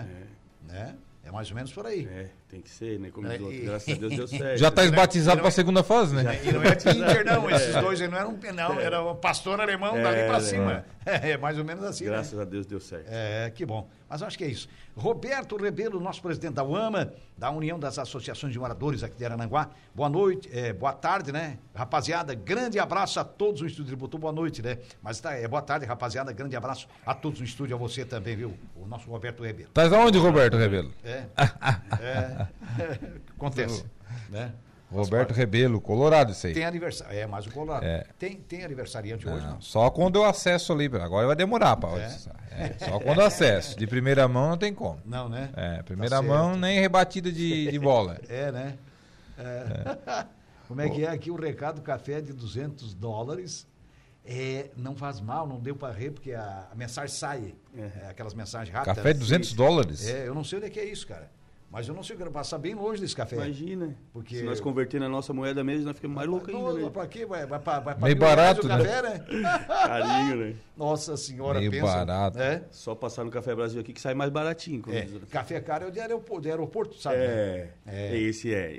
É mais ou menos por aí. Tem que ser, né? Como diz o outro, graças a Deus deu certo. Já tá batizado pra segunda fase, né? E não é Inter, não. Esses dois aí não era o pastor alemão dali pra cima. É mais ou menos assim. Graças a Deus deu certo. Que bom. Mas acho que é isso. Roberto Rebelo, nosso presidente da UAMA, da União das Associações de Moradores aqui de Araranguá. Boa noite, boa tarde, né? Rapaziada, grande abraço a todos no estúdio. Ele botou boa noite, né? Mas boa tarde, rapaziada, grande abraço a todos no estúdio, a você também, viu? O nosso Roberto Rebelo. Tá aonde, Roberto Rebelo? Acontece, né? Roberto Rebelo, Colorado, isso aí. Tem aniversário, mais o Colorado. Tem aniversariante hoje, não? Só quando eu acesso ali, agora vai demorar para só quando eu acesso. De primeira mão não tem como. Não, né? Primeira mão nem rebatida de bola. Né? Como é que é aqui o recado? Café de $200. Não faz mal, não deu para rer, porque a mensagem sai. Aquelas mensagens rápidas. Café de $200? Eu não sei onde é que é isso, cara. Mas eu não sei, eu quero passar bem longe desse café. Imagina. Porque... Se nós converter na nossa moeda mesmo, nós ficamos mais loucos ainda, né? Pra quê? Vai meio barato, o café, né? Carinho, né? Nossa senhora, meio pensa. Barato. Só passar no Café Brasil aqui que sai mais baratinho. Café caro é o de aeroporto, sabe? Esse é.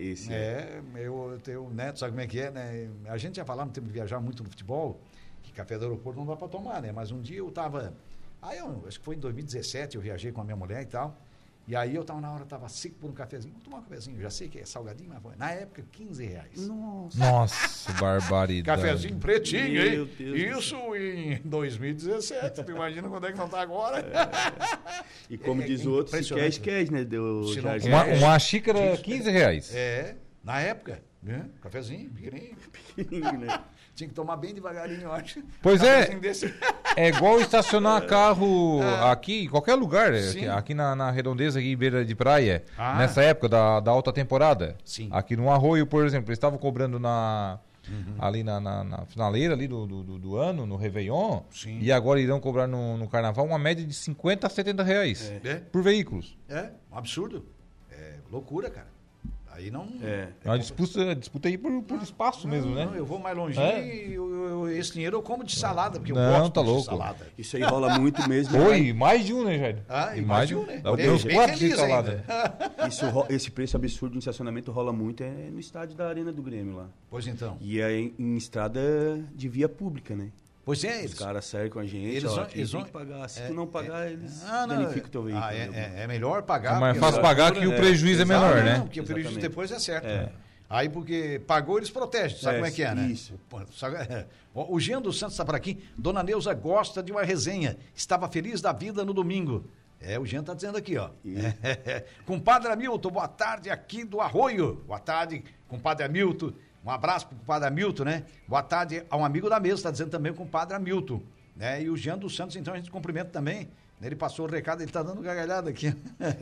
Eu tenho neto, sabe como é que é, né? A gente já falava no tempo de viajar muito no futebol, que café do aeroporto não dá pra tomar, né? Mas um dia eu tava... acho que foi em 2017, eu viajei com a minha mulher e tal. E aí eu tava na hora, tava seco por um cafezinho. Vou tomar um cafezinho, já sei que é salgadinho, mas na época, R$15. Nossa, barbaridade. Cafezinho pretinho, Meu hein? Deus Isso em 2017. Tu imagina quando é que não tá agora? E como diz o outro, se quer, esquece, né? Uma xícara R$15. Na época, né? Cafezinho, pequenininho. né? Tinha que tomar bem devagarinho, eu acho. Pois é igual estacionar carro aqui, em qualquer lugar, aqui na redondeza, aqui em beira de praia, nessa época da alta temporada. Sim. Aqui no Arroio, por exemplo, eles estavam cobrando ali na finaleira ali do ano, no Réveillon, e agora irão cobrar no Carnaval uma média de R$50 a R$70 por veículos. Um absurdo. Loucura, cara. Aí não... É uma disputa aí por espaço mesmo, né? Não, eu vou mais longe e esse dinheiro eu como de salada, porque eu não, gosto tá de louco. salada. Isso aí rola muito mesmo. Oi, mais de um, né, Jair? E mais de um, né? Dá uns 4 de salada. Esse preço absurdo em estacionamento rola muito no estádio da Arena do Grêmio lá. Pois então. E é em estrada de via pública, né? Pois é, os caras cercam a gente, eles vão que pagar. Se tu não pagar, eles danificam o teu veículo. É melhor pagar. É mais fácil pagar que o prejuízo é menor, né? Porque o prejuízo depois é certo. Né? Aí, porque pagou, eles protegem. Sabe como é que é, né? Isso. O Jean dos Santos está por aqui. Dona Neuza gosta de uma resenha. Estava feliz da vida no domingo. O Jean está dizendo aqui, ó. Compadre Hamilton, boa tarde aqui do Arroio. Boa tarde, compadre Hamilton. Um abraço para o compadre Hamilton, né? Boa tarde a um amigo da mesa, está dizendo também o compadre Hamilton. Né? E o Jean dos Santos, então, a gente cumprimenta também. Ele passou o recado, ele está dando gargalhada aqui.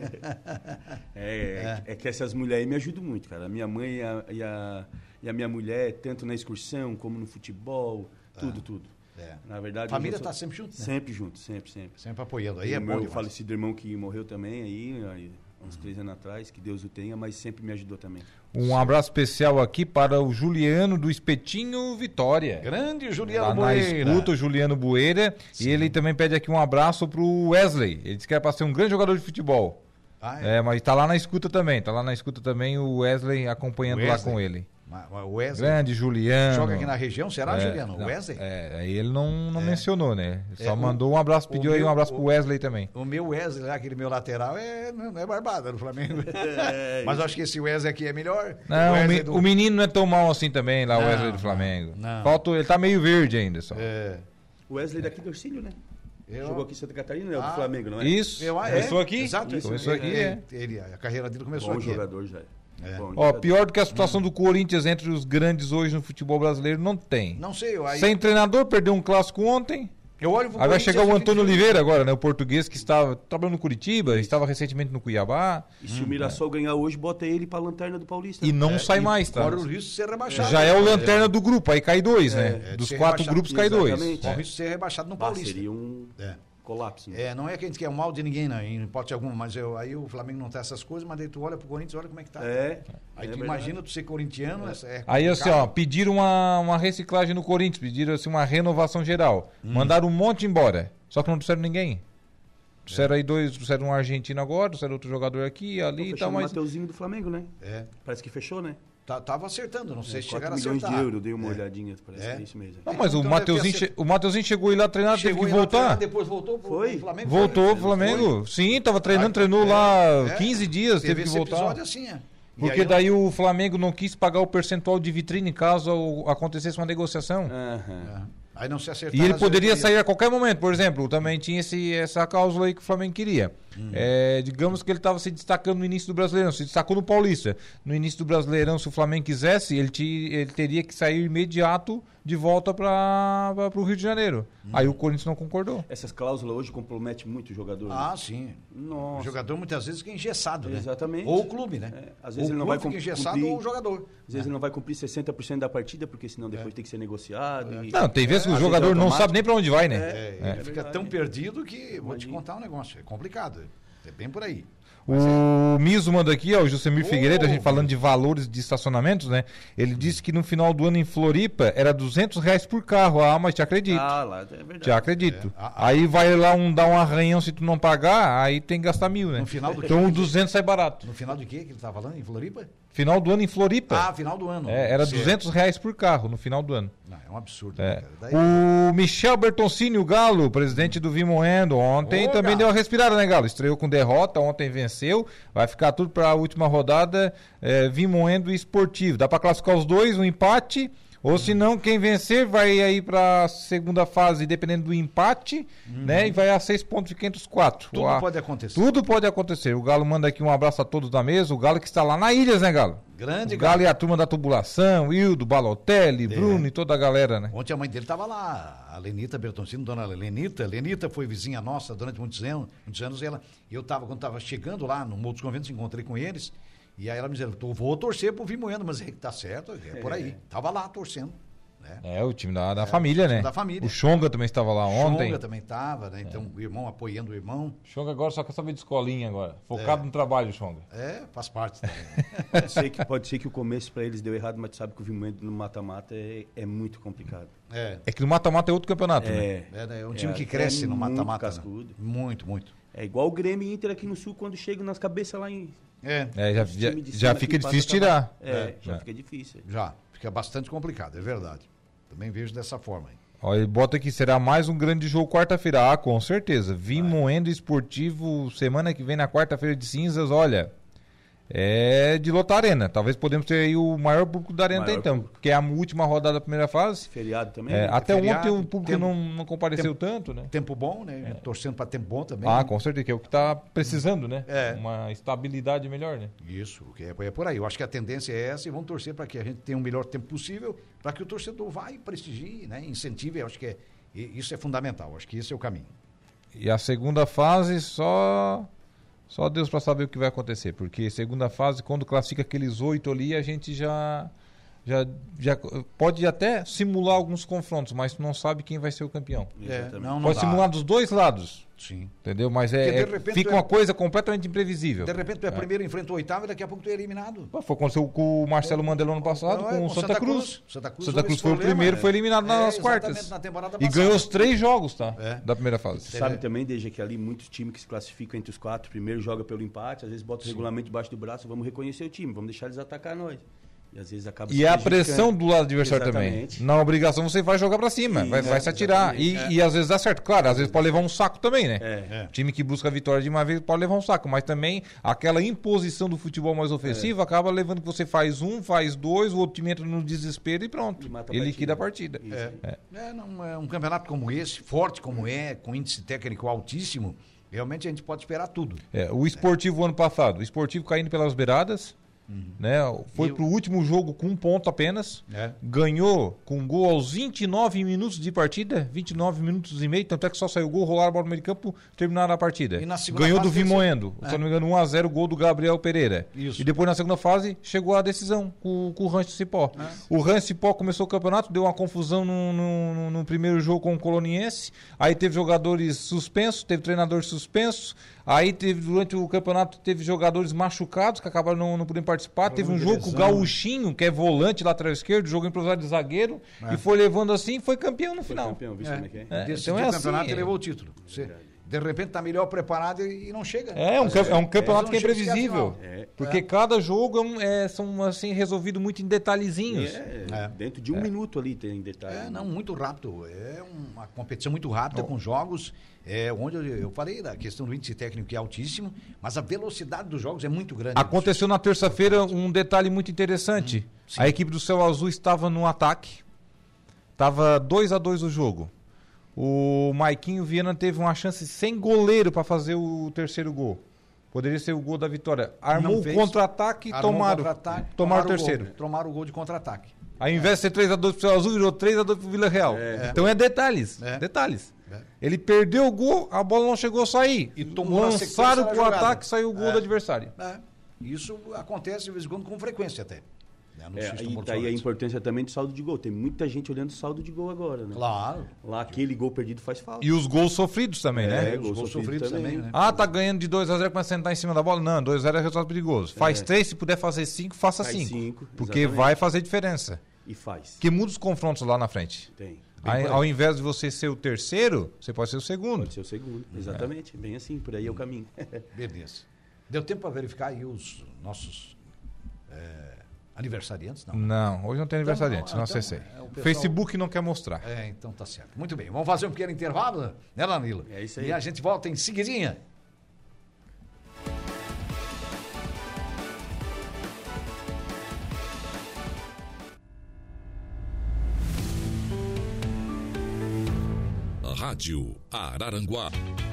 É que essas mulheres me ajudam muito, cara. A minha mãe e a minha mulher, tanto na excursão como no futebol, tudo. Na verdade, a família está sempre junto, né? Sempre junto, sempre. Sempre apoiando. Aí e é o bom meu demais. falecido irmão que morreu também aí uns 3 anos atrás, que Deus o tenha, mas sempre me ajudou também. Um abraço especial aqui para o Juliano do Espetinho Vitória. Grande Juliano Bueira. Na escuta, o Juliano Bueira. Sim. E ele também pede aqui um abraço para o Wesley. Ele disse que era para ser um grande jogador de futebol. Mas está lá na escuta também. Está lá na escuta também o Wesley acompanhando lá com ele. O Wesley. Grande Juliano. Joga aqui na região, será, Juliano? O Wesley? Aí ele não mencionou, né? Só mandou um abraço, pediu aí um abraço pro Wesley também. O meu Wesley, aquele meu lateral, não é barbada do Flamengo. Mas acho que esse Wesley aqui é melhor. Não, o menino não é tão mal assim também, lá o Wesley do Flamengo. Falta, ele tá meio verde ainda só. O Wesley daqui do Orcílio, né? Jogou aqui em Santa Catarina, é o do Flamengo, não é? Isso. Começou aqui? Exato. Começou aqui, a carreira dele começou aqui. Bom jogador já. Pior do que a situação do Corinthians entre os grandes hoje no futebol brasileiro, não tem. Não sei. Sem treinador, perdeu um clássico ontem. Aí vai chegar o Antônio Oliveira agora, né? O português que estava trabalhando no Curitiba, estava recentemente no Cuiabá. E se o Mirassol ganhar hoje, bota ele pra lanterna do Paulista. E não sai mais, tá? Corre o risco de ser rebaixado. Já é o lanterna do grupo, aí cai 2, né? Dos 4 grupos cai 2. Corre o risco de ser rebaixado no Paulista. Seria um colapso. Né? Não é que a gente quer o mal de ninguém, não, em hipótese alguma, mas aí o Flamengo não tem essas coisas, mas daí tu olha pro Corinthians, olha como é que tá. Aí tu imagina tu ser corintiano. Aí assim, pediram uma reciclagem no Corinthians, pediram assim, uma renovação geral. Mandaram um monte embora, só que não trouxeram ninguém. Trouxeram aí trouxeram um argentino agora, trouxeram outro jogador aqui, ali e tal. Mas o Mateuzinho do Flamengo, né? Parece que fechou, né? Tava acertando, não sei se 4 chegaram a milhões acertar. de euros, dei uma olhadinha, parece que é isso mesmo. Não, mas Então, o Mateuzinho chegou a ir lá treinar, teve que voltar. Depois voltou pro Flamengo. Voltou pro Flamengo. Sim, tava treinando, treinou lá 15 dias, teve que voltar. Episódio assim, Porque daí o Flamengo não quis pagar o percentual de vitrine caso acontecesse uma negociação. Aí não se acertaram. E ele poderia sair a qualquer momento, por exemplo, também tinha essa cláusula aí que o Flamengo queria. Digamos que ele estava se destacando no início do Brasileirão, se destacou no Paulista. No início do Brasileirão, se o Flamengo quisesse, ele teria que sair imediato de volta para o Rio de Janeiro. Aí o Corinthians não concordou. Essas cláusulas hoje comprometem muito o jogador. Sim. Nossa. O jogador muitas vezes fica engessado, né? Exatamente. Ou o clube, né? Às vezes ou ele não vai cumprir, engessado ou o jogador. Às vezes ele não vai cumprir 60% da partida, porque senão depois tem que ser negociado. Não, tem vezes que o jogador não sabe nem para onde vai, né? Ele fica tão perdido que, vou te contar um negócio, é complicado. É bem por aí. O Miso manda aqui, o Josemir Figueiredo, a gente falando de valores de estacionamentos, né? Ele disse que no final do ano em Floripa era R$200 por carro. Mas te acredito. Lá, é verdade. Te acredito. Aí vai lá dar um arranhão se tu não pagar, aí tem que gastar 1.000, né? No final do então o 200 sai barato. No final de quê que ele estava falando? Em Floripa? Final do ano em Floripa. Final do ano. Era R$200 por carro no final do ano. Não, é um absurdo. Né, cara? O Michel Bertoncini, o Galo, presidente do Vimoendo, ontem também deu uma respirada, né, Galo? Estreou com derrota, ontem venceu. Vai ficar tudo para a última rodada, Vimoendo e Esportivo. Dá para classificar os dois, um empate. Ou se não, quem vencer vai aí para a segunda fase, dependendo do empate, né? E vai a 6 pontos de 504. Tudo pode acontecer. Tudo pode acontecer. O Galo manda aqui um abraço a todos da mesa. O Galo que está lá na Ilhas, né, Galo? Grande o Galo e a turma da tubulação, Hildo, Balotelli, Bruno e toda a galera, né? Ontem a mãe dele estava lá, a Lenita Bertoncini, dona Lenita. Lenita foi vizinha nossa durante muitos anos. Quando estava chegando lá no Morro dos Conventos, encontrei com eles. E aí ela me dizia, vou torcer pro Vimoendo, mas tá certo, é por aí. Tava lá torcendo. Né? O time da família, né? Da família. O Xonga também estava lá ontem. O Xonga também estava, né? Então o irmão apoiando o irmão. O Xonga agora só quer saber de escolinha agora. Focado no trabalho, Xonga. Faz parte também. Pode ser que o começo para eles deu errado, mas tu sabe que o Vimoendo no mata-mata é muito complicado. É que no mata-mata é outro campeonato, né? É um time que cresce no mata-mata. Né? Muito, muito. É igual o Grêmio e Inter aqui no Sul, quando chegam nas cabeças lá em... Já fica difícil tirar. Já fica difícil. Já, fica bastante complicado, é verdade. Também vejo dessa forma. Olha, ele bota aqui, será mais um grande jogo quarta-feira. Com certeza. Vimoendo Esportivo, semana que vem na quarta-feira de cinzas, olha... É de lotar a arena. Talvez podemos ter aí o maior público da arena até então. Porque é a última rodada da primeira fase. Feriado também. Até feriado, ontem o público não compareceu tanto, né? Tempo bom, né? Torcendo para tempo bom também. Com certeza, que é o que está precisando, né? Uma estabilidade melhor, né? Isso, é por aí. Eu acho que a tendência é essa e vamos torcer para que a gente tenha o melhor tempo possível, para que o torcedor vá e prestigie, né? Incentive. Eu acho que isso é fundamental. Eu acho que esse é o caminho. E a segunda fase Só Deus para saber o que vai acontecer, porque segunda fase, quando classifica aqueles 8 ali, a gente já pode até simular alguns confrontos, mas tu não sabe quem vai ser o campeão. Não pode simular dos dois lados. Sim. Entendeu? Mas fica uma coisa completamente imprevisível. De repente tu primeiro enfrenta o oitavo e daqui a pouco tu é eliminado. Foi aconteceu com o Marcelo Mandela ano passado, com o Santa Cruz. Santa Cruz foi o primeiro, foi eliminado nas quartas. Na temporada e ganhou os 3 jogos, da primeira fase. Você sabe também, desde que ali muitos times que se classificam entre os 4, primeiro joga pelo empate, às vezes bota o regulamento debaixo do braço, vamos reconhecer o time, vamos deixar eles atacar nós. E às vezes acaba a pressão do lado adversário também. Na obrigação você vai jogar pra cima, vai se atirar. E às vezes dá certo. Claro, às vezes pode levar um saco também, né? Time que busca a vitória de uma vez pode levar um saco. Mas também aquela imposição do futebol mais ofensivo acaba levando que você faz faz 2, o outro time entra no desespero e pronto. Ele liquida a partida. Um campeonato como esse, forte como com índice técnico altíssimo, realmente a gente pode esperar tudo. O Esportivo ano passado, o Esportivo caindo pelas beiradas. Né? Foi pro último jogo com 1 ponto apenas, ganhou com gol aos 29 minutos de partida, 29 minutos e meio, tanto é que só saiu o gol, rolaram a bola no meio de campo, terminaram a partida. Ganhou do Vimoendo, se não me engano 1-0 o gol do Gabriel Pereira. Isso. E depois na segunda fase chegou a decisão com o Rancho Cipó. O Rancho Cipó começou o campeonato, deu uma confusão no primeiro jogo com o Coloniense, aí teve jogadores suspensos, teve treinador suspenso. Aí durante o campeonato teve jogadores machucados que acabaram não podendo participar. Teve um jogo com o Gauchinho, que é volante, lateral esquerdo, jogo improvisado de zagueiro, e foi levando assim e foi campeão no final. Campeão, viu como é que é? Então campeonato ele levou o título. de repente tá melhor preparado e não chega. É um campeonato que é imprevisível. Porque cada jogo são assim, resolvido muito em detalhezinhos. Dentro de um minuto ali tem detalhe. Muito rápido. É uma competição muito rápida com jogos. Onde eu falei da questão do índice técnico que é altíssimo, mas a velocidade dos jogos é muito grande. Aconteceu na terça-feira um detalhe muito interessante. A equipe do Céu Azul estava no ataque. Estava 2-2 o jogo. O Maiquinho Viana teve uma chance sem goleiro para fazer o terceiro gol. Poderia ser o gol da vitória. Armou o contra-ataque e tomaram o terceiro. Tomaram o gol de contra-ataque. Ao invés de ser 3-2 pro Céu Azul, virou 3-2 pro Vila Real. Então detalhes. Detalhes. Ele perdeu o gol, a bola não chegou a sair. E tomou lançaram pro ataque e saiu o gol do adversário. Isso acontece de vez em quando com frequência até. E daí a importância também do saldo de gol. Tem muita gente olhando o saldo de gol agora, né? Claro. Lá aquele gol perdido faz falta. E os gols sofridos também, né? Os gols sofridos também, né? Tá ganhando de 2-0 para sentar em cima da bola? Não, 2-0 é resultado perigoso. Faz 3, se puder fazer 5, faça 5. Porque exatamente. Vai fazer diferença. E faz. Que muda os confrontos lá na frente. Tem. Ao invés de você ser o terceiro, você pode ser o segundo. Pode ser o segundo, exatamente. Bem assim, por aí é o caminho. Beleza. Deu tempo para verificar aí os nossos aniversariantes? Não, hoje não tem aniversariantes, não acessei. O Facebook não quer mostrar. Então tá certo. Muito bem, vamos fazer um pequeno intervalo, né, Danilo? É isso aí. E a gente volta em seguidinha. Rádio Araranguá.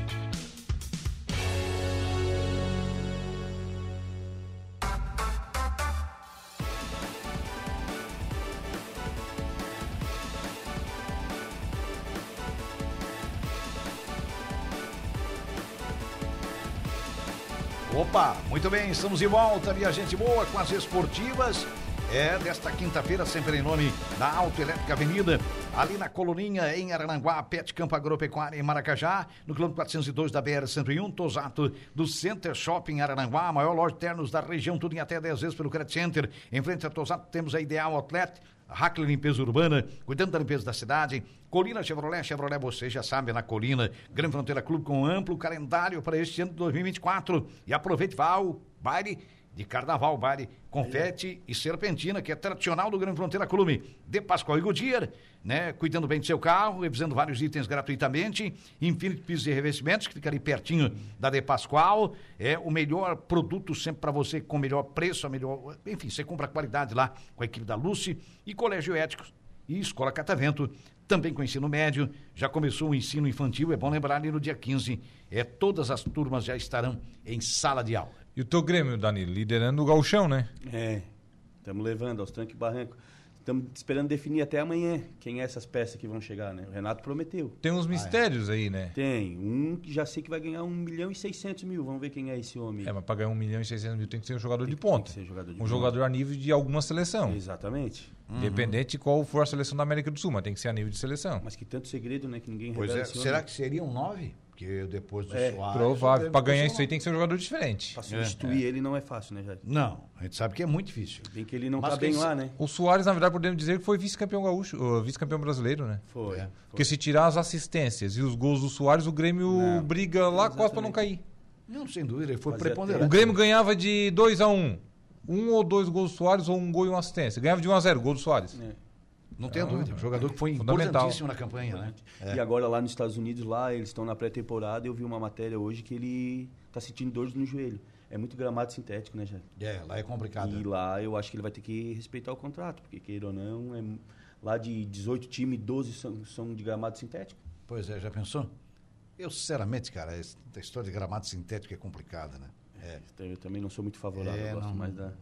Opa, muito bem, estamos de volta, minha gente boa, com as esportivas. Desta quinta-feira, sempre em nome da Autoelétrica Avenida, ali na Coluninha, em Araranguá, Pet Campo Agropecuária, em Maracajá, no quilômetro 402 da BR-101, Tosato, do Center Shopping Araranguá, a maior loja de ternos da região, tudo em até 10 vezes pelo Credit Center. Em frente a Tosato temos a Ideal Outlet, Hackler Limpeza Urbana, cuidando da limpeza da cidade. Colina Chevrolet, você já sabe, na Colina, Grande Fronteira Clube com amplo calendário para este ano de 2024. E aproveite, vá ao baile de Carnaval, baile Confete e Serpentina, que é tradicional do Grande Fronteira Clube. De Pascoal e Goodyear, né? Cuidando bem do seu carro, revisando vários itens gratuitamente. Infinity Pisos e Revestimentos, que fica ali pertinho da De Pascoal. É o melhor produto sempre para você, com o melhor preço, enfim, você compra qualidade lá com a equipe da Lucy. E Colégio Éticos e Escola Catavento, também com ensino médio. Já começou o ensino infantil, é bom lembrar ali no dia 15, todas as turmas já estarão em sala de aula. E o teu Grêmio, Danilo, liderando o gauchão, né? Estamos levando aos trancos e barrancos. Estamos esperando definir até amanhã quem é essas peças que vão chegar, né? O Renato prometeu. Tem uns mistérios aí, né? Tem. Um que já sei que vai ganhar 1.600.000. Vamos ver quem é esse homem. Mas para ganhar 1.600.000 tem que ser um jogador de ponta. Tem que ser jogador de ponta. Jogador a nível de alguma seleção. Exatamente. Independente de qual for a seleção da América do Sul, mas tem que ser a nível de seleção. Mas que tanto segredo, né? Que ninguém revela esse homem. Será que seriam 9? Porque depois do Soares... Provável. Para ganhar isso aí tem que ser um jogador diferente. Para substituir ele não é fácil, né, Jair? Não, a gente sabe que é muito difícil. Bem que ele não está bem lá, né? O Soares, na verdade, podemos dizer que foi vice-campeão gaúcho, vice-campeão brasileiro, né? Foi. Porque se tirar as assistências e os gols do Soares, o Grêmio briga lá quase para não cair. Não, sem dúvida, ele foi preponderante. O Grêmio ganhava de 2-1. 1 ou 2 gols do Soares ou 1 gol e uma assistência. Ganhava de 1-0, gol do Soares. Não tenho dúvida, um jogador que foi importantíssimo na campanha, né? E agora lá nos Estados Unidos, lá eles estão na pré-temporada, eu vi uma matéria hoje que ele está sentindo dores no joelho. É muito gramado sintético, né, Jair? Lá é complicado. E lá eu acho que ele vai ter que respeitar o contrato, porque queira ou não, lá de 18 times, 12 são de gramado sintético. Pois é, já pensou? Eu, sinceramente, cara, a história de gramado sintético é complicada, né? Eu também não sou muito favorável, eu gosto mais da...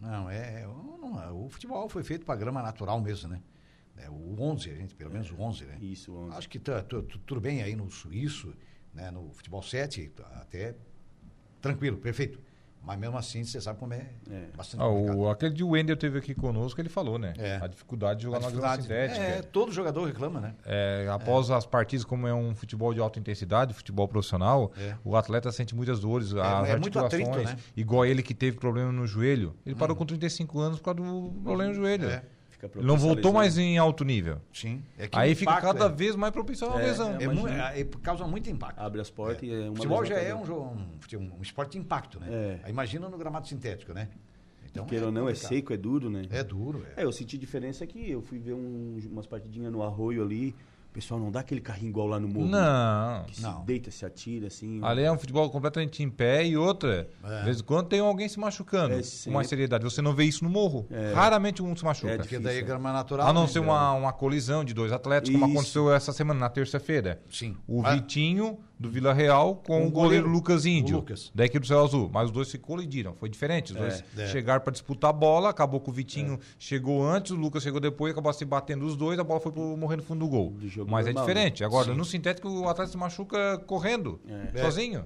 O futebol foi feito para grama natural mesmo, né? O 11, pelo menos o 11, né? Isso, o 11. Acho que tudo bem aí no suíço, né? No futebol 7, até tranquilo, perfeito. Mas mesmo assim, você sabe como é bastante complicado. Aquele de Wendel teve aqui conosco, ele falou, né? A dificuldade de jogar na grama sintética. Todo jogador reclama, né? Após as partidas, como é um futebol de alta intensidade, futebol profissional, o atleta sente muitas dores, as articulações. Muito atrito, né? Igual ele que teve problema no joelho. Ele parou com 35 anos por causa do problema no joelho. Ele não voltou mais em alto nível. Sim. Aí fica cada vez mais propício a uma lesão. Causa muito impacto. Abre as portas e o futebol já é um esporte de impacto, né? Aí imagina no gramado sintético, né? Então, queira ou não, é seco, é duro, né? É duro, eu senti diferença aqui. Eu fui ver umas partidinhas no Arroio ali. O pessoal não dá aquele carrinho igual lá no morro. Não. Que se deita, se atira, assim. Ali é um futebol completamente em pé e outra. De vez em quando tem alguém se machucando com mais seriedade. Você não vê isso no morro. Raramente um se machuca. Porque daí é grama natural. A não ser uma colisão de dois atletas, como aconteceu essa semana, na terça-feira. Sim. O Vitinho, do Vila Real, com o goleiro Lucas Índio, da equipe do Céu Azul. Mas os dois se colidiram. Foi diferente. Os dois chegaram para disputar a bola, acabou que o Vitinho chegou antes, o Lucas chegou depois, acabou se batendo os dois, a bola foi morrer no fundo do gol. Mas é diferente. Agora, no sintético, o atleta se machuca correndo, sozinho.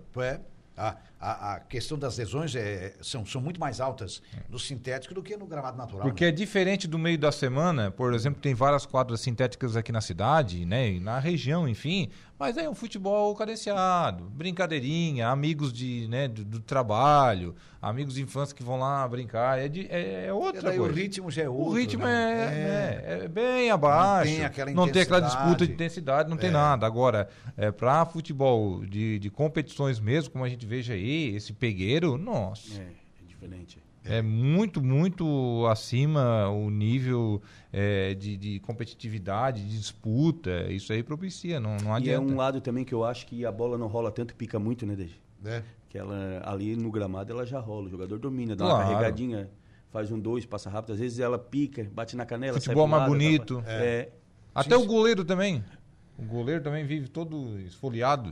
A questão das lesões são muito mais altas no sintético do que no gramado natural. Porque é diferente do meio da semana, por exemplo, tem várias quadras sintéticas aqui na cidade, né, e na região, enfim, mas é um futebol cadenciado, brincadeirinha, amigos do trabalho, amigos de infância que vão lá brincar, é outra coisa. O ritmo já é outro. O ritmo é bem abaixo, não tem aquela disputa de intensidade, não tem nada. Agora, para futebol de competições mesmo, como a gente veja aí, esse pegueiro, nossa. É diferente. É muito, muito acima o nível de competitividade, de disputa. Isso aí propicia, não adianta. E é um lado também que eu acho que a bola não rola tanto, pica muito, né, Deji? Que ela, ali no gramado, ela já rola. O jogador domina, dá uma carregadinha, faz 2, passa rápido. Às vezes ela pica, bate na canela, futebol sai mais bonito. Até sim, o goleiro também. O goleiro também vive todo esfoliado.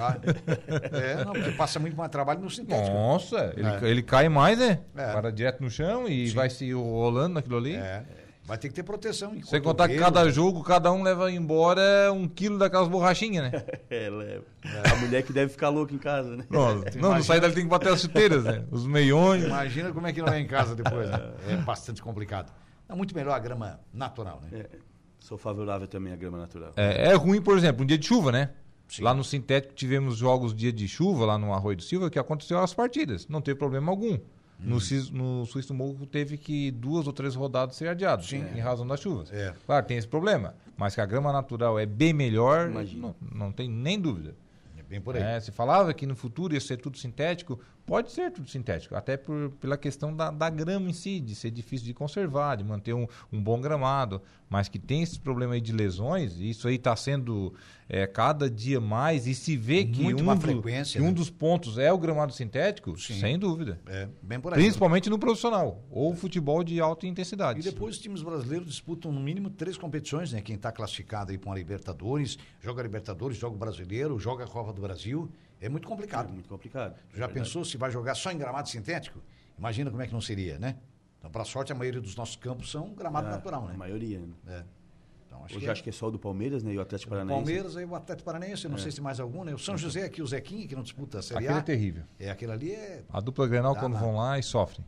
Não, porque passa muito mais trabalho no sintético. Nossa, ele cai mais, né? Para direto no chão e vai se rolando naquilo ali. Vai ter que ter proteção. Sem contar que cada jogo, cada um leva embora 1 quilo daquelas borrachinhas, né? Leva. A mulher que deve ficar louca em casa, né? Não sai dali, tem que bater as chuteiras, né? Os meiões. Imagina como é que não é em casa depois, né? É bastante complicado. É muito melhor a grama natural, né? Sou favorável também à grama natural. É ruim, por exemplo, um dia de chuva, né? Sim. Lá no sintético tivemos jogos dia de chuva, lá no Arroio do Silva, que aconteceu as partidas. Não teve problema algum. No Suíço Morro teve que 2 ou 3 rodadas ser adiadas, em razão das chuvas. Claro, tem esse problema. Mas que a grama natural é bem melhor, não tem nem dúvida. É bem por aí. Se falava que no futuro ia ser tudo sintético, pode ser tudo sintético, até pela questão da grama em si, de ser difícil de conservar, de manter um bom gramado, mas que tem esse problema aí de lesões, e isso aí está sendo cada dia mais, e se vê que um dos pontos é o gramado sintético, sem dúvida. Bem por aí. Principalmente no profissional, ou futebol de alta intensidade. E depois os times brasileiros disputam no mínimo 3 competições, né? Quem está classificado aí para a Libertadores, joga Libertadores, joga o Brasileiro, joga a Copa do Brasil. É muito complicado. Muito complicado. Já pensou se vai jogar só em gramado sintético? Imagina como é que não seria, né? Então, para sorte, a maioria dos nossos campos são gramado natural, né? A maioria, né? Então, acho que é só o do Palmeiras, né? E o Atlético Paranaense. O Palmeiras e o Atlético Paranaense, eu não sei se mais algum, né? O São José aqui, o Zequinha, que não disputa a Série A. Aquele é terrível. Aquele ali é... A dupla Grenal, quando vão lá, e sofrem.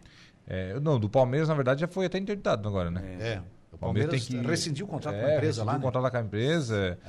Não, do Palmeiras, na verdade, já foi até interditado agora, né? O Palmeiras tem que rescindir o contrato com a empresa lá, né? O contrato com a empresa,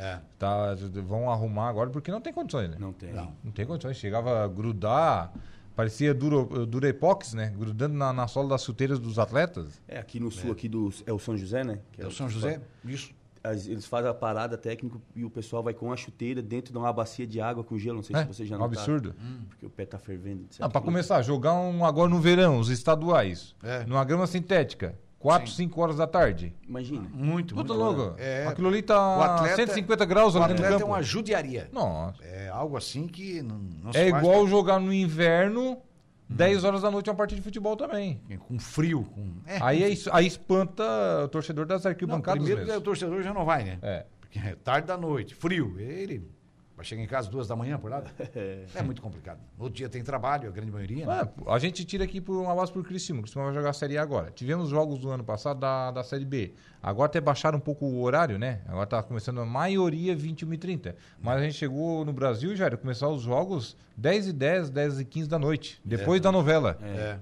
vão arrumar agora, porque não tem condições, né? Não tem. Não tem condições. Chegava a grudar, parecia Durepox, né? Grudando na sola das chuteiras dos atletas. Aqui no sul, é o São José, né? É o São José, isso. Eles fazem a parada técnica e o pessoal vai com a chuteira dentro de uma bacia de água com gelo. Não sei se você já notaram. Absurdo. Porque o pé tá fervendo. Para começar, jogar agora no verão, os estaduais, numa grama sintética. 4, 5 horas da tarde. Imagina. Muito louco. Aquilo ali tá 150 graus ali dentro do campo. É uma judiaria. Nossa. É algo assim que não se faz. É igual jogar no inverno, 10 horas da noite, uma partida de futebol também. Com frio. Aí espanta o torcedor das arquibancadas. Primeiro o torcedor já não vai, né? Porque é tarde da noite, frio. Ele vai chegar em casa 2 da manhã, por lá. É muito complicado. No outro dia tem trabalho, a grande maioria. Né? A gente tira aqui uma base por Criciúma. O Criciúma vai jogar a Série A agora. Tivemos jogos do ano passado da Série B. Agora até baixaram um pouco o horário, né? Agora tá começando a maioria 21h30. Mas a gente chegou no Brasil, já era começar os jogos 10h10, 10h15 da noite. Depois da novela.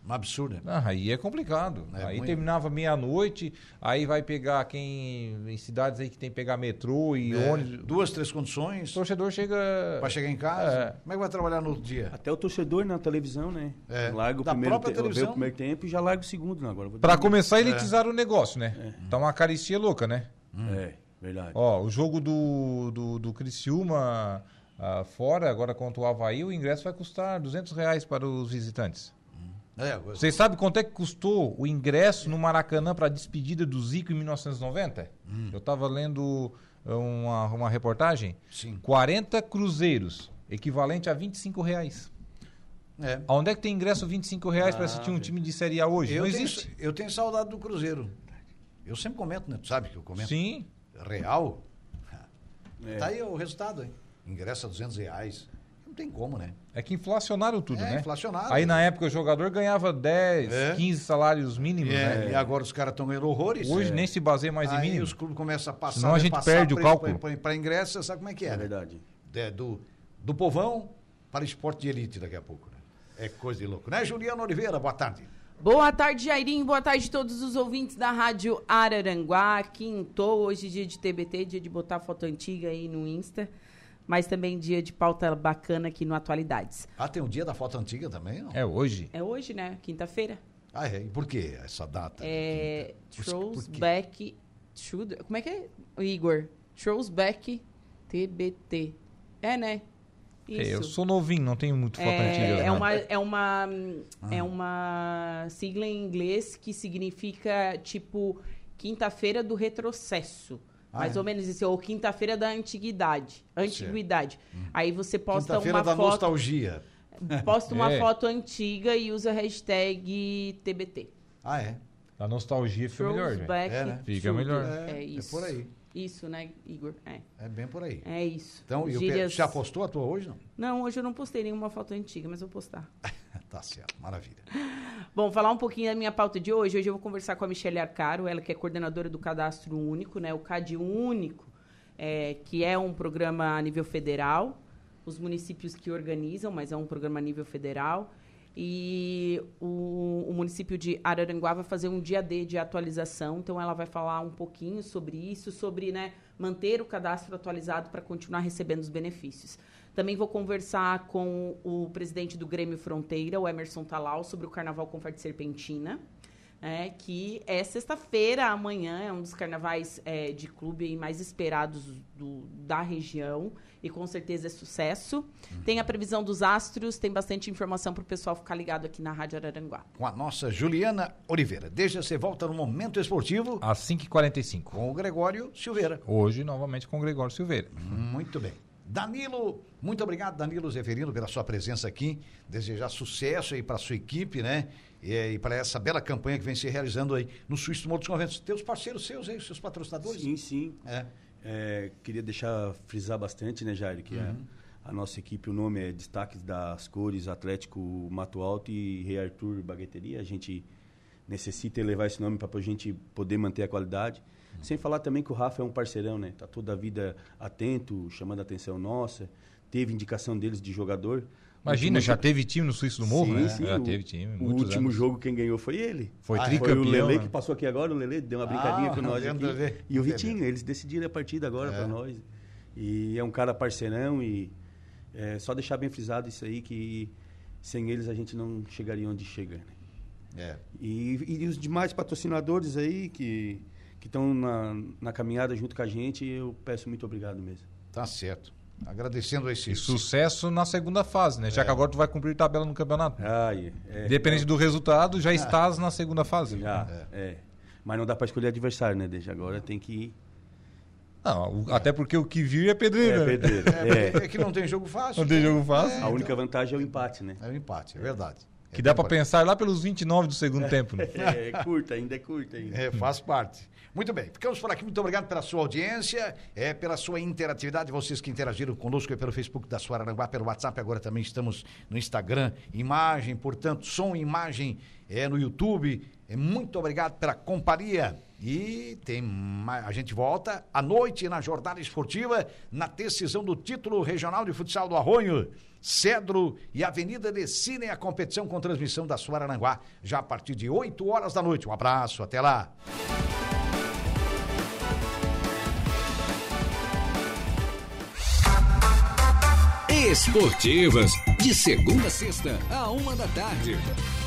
Um absurdo. Aí é complicado. Aí muito... terminava meia-noite, aí vai pegar em cidades aí que tem que pegar metrô e ônibus. 2, 3 condições. O torcedor chega... Vai chegar em casa? Como é que vai trabalhar no outro dia? Até o torcedor na televisão, né? Larga o vê o primeiro tempo e já larga o segundo. Né? Agora pra começar a elitizar o negócio, né? Tá uma caristia louca, né? Verdade. Ó, o jogo do Criciúma fora, agora contra o Avaí, o ingresso vai custar R$200 para os visitantes. Vocês sabem quanto é que custou o ingresso no Maracanã para a despedida do Zico em 1990? Eu estava lendo uma reportagem. Sim. 40 cruzeiros, equivalente a R$25. Onde é que tem ingresso R$25 para assistir um time de Série A hoje? Não existe. Eu tenho saudade do Cruzeiro. Eu sempre comento, né? Tu sabe que eu comento. Sim. Real. Tá aí o resultado, hein? Ingresso a R$200. Não tem como, né? É que inflacionaram tudo, né? Inflacionaram. Aí na época o jogador ganhava 10, 15 salários mínimos, né? E agora os caras estão ganhando horrores. Hoje nem se baseia mais em mínimo. Aí os clubes começam a passar. Senão a gente perde o cálculo. Para ingresso, você sabe como é que é. É verdade. Do povão para esporte de elite daqui a pouco. Né? É coisa de louco. Né, Juliana Oliveira? Boa tarde. Boa tarde, Jairinho. Boa tarde a todos os ouvintes da Rádio Araranguá. Quintou, hoje dia de TBT, dia de botar foto antiga aí no Insta. Mas também dia de pauta bacana aqui no Atualidades. Tem o dia da foto antiga também, não? É hoje? É hoje, né? Quinta-feira. E por que essa data? Throwback... Como é que é, Igor? Throwback TBT. Né? Isso. Eu sou novinho, não tenho muito foto antiga. É uma sigla em inglês que significa, tipo, quinta-feira do retrocesso. Mais ou menos isso, ou quinta-feira da antiguidade. Aí você posta uma foto... Quinta-feira da nostalgia. Posta uma foto antiga e usa a hashtag TBT. A nostalgia fica melhor, gente. Né? Fica melhor. É isso. É por aí. Isso, né, Igor? É bem por aí. É isso. Então, já postou a tua hoje, não? Não, hoje eu não postei nenhuma foto antiga, mas vou postar. Tá certo, maravilha. Bom, falar um pouquinho da minha pauta de hoje. Hoje eu vou conversar com a Michele Arcaro, ela que é coordenadora do Cadastro Único, né? O CAD Único, que é um programa a nível federal. Os municípios que organizam, mas é um programa a nível federal. E o município de Araranguá vai fazer um dia D de atualização, então ela vai falar um pouquinho sobre isso, sobre, né, manter o cadastro atualizado para continuar recebendo os benefícios. Também vou conversar com o presidente do Grêmio Fronteira, o Emerson Talau, sobre o Carnaval Confarte Serpentina, que é sexta-feira, amanhã, é um dos carnavais de clube mais esperados da região e com certeza é sucesso. Tem a previsão dos astros, tem bastante informação para o pessoal ficar ligado aqui na Rádio Araranguá. Com a nossa Juliana Oliveira. Desde você volta no Momento Esportivo. Às 5h45. Com o Gregório Silveira. Hoje, novamente, com o Gregório Silveira. Muito bem. Danilo, muito obrigado, Danilo Zeferino, pela sua presença aqui. Desejar sucesso aí para a sua equipe, né? E para essa bela campanha que vem se realizando aí no Suíço do Morro dos Conventos. Teus parceiros seus aí, seus patrocinadores? Sim. Queria frisar bastante, né, Jair, que a nossa equipe, o nome é Destaques das Cores Atlético Mato Alto e Rei Arthur Bagueteria. A gente necessita elevar esse nome para a gente poder manter a qualidade. Sem falar também que o Rafa é um parceirão, né? Tá toda a vida atento, chamando a atenção nossa. Teve indicação deles de jogador. Imagina, já teve time no Suíço do Morro, né? Sim, já teve time. O último jogo quem ganhou foi ele. Foi tricampeão. Foi o Lelê né? que passou aqui agora, o Lelê deu uma brincadinha com nós aqui. E o Vitinho, eles decidiram a partida agora para nós. E é um cara parceirão e só deixar bem frisado isso aí, que sem eles a gente não chegaria onde chega. Né? E os demais patrocinadores aí que estão na caminhada junto com a gente, eu peço muito obrigado mesmo. Tá certo. Agradecendo esse... sucesso na segunda fase, né? Já que agora tu vai cumprir tabela no campeonato. Independente do resultado, já estás na segunda fase. Já, Mas não dá para escolher adversário, né? Desde agora tem que ir... Não, até porque o que vir é pedreira. É que não tem jogo fácil. Não tem jogo fácil. A única vantagem é o empate, né? É o empate, é verdade. Que dá para pensar lá pelos 29 do segundo tempo, né? É curta ainda. Faz parte. Muito bem, ficamos por aqui, muito obrigado pela sua audiência, pela sua interatividade, vocês que interagiram conosco pelo Facebook da sua Araranguá, pelo WhatsApp, agora também estamos no Instagram, imagem, portanto, som e imagem no YouTube, muito obrigado pela companhia. E a gente volta à noite na jornada esportiva, na decisão do título regional de futsal do Arroio. Cedro e Avenida decidem a competição com transmissão da Suarananguá, já a partir de 8 horas da noite. Um abraço, até lá. Esportivas, de segunda a sexta, à 1 da tarde.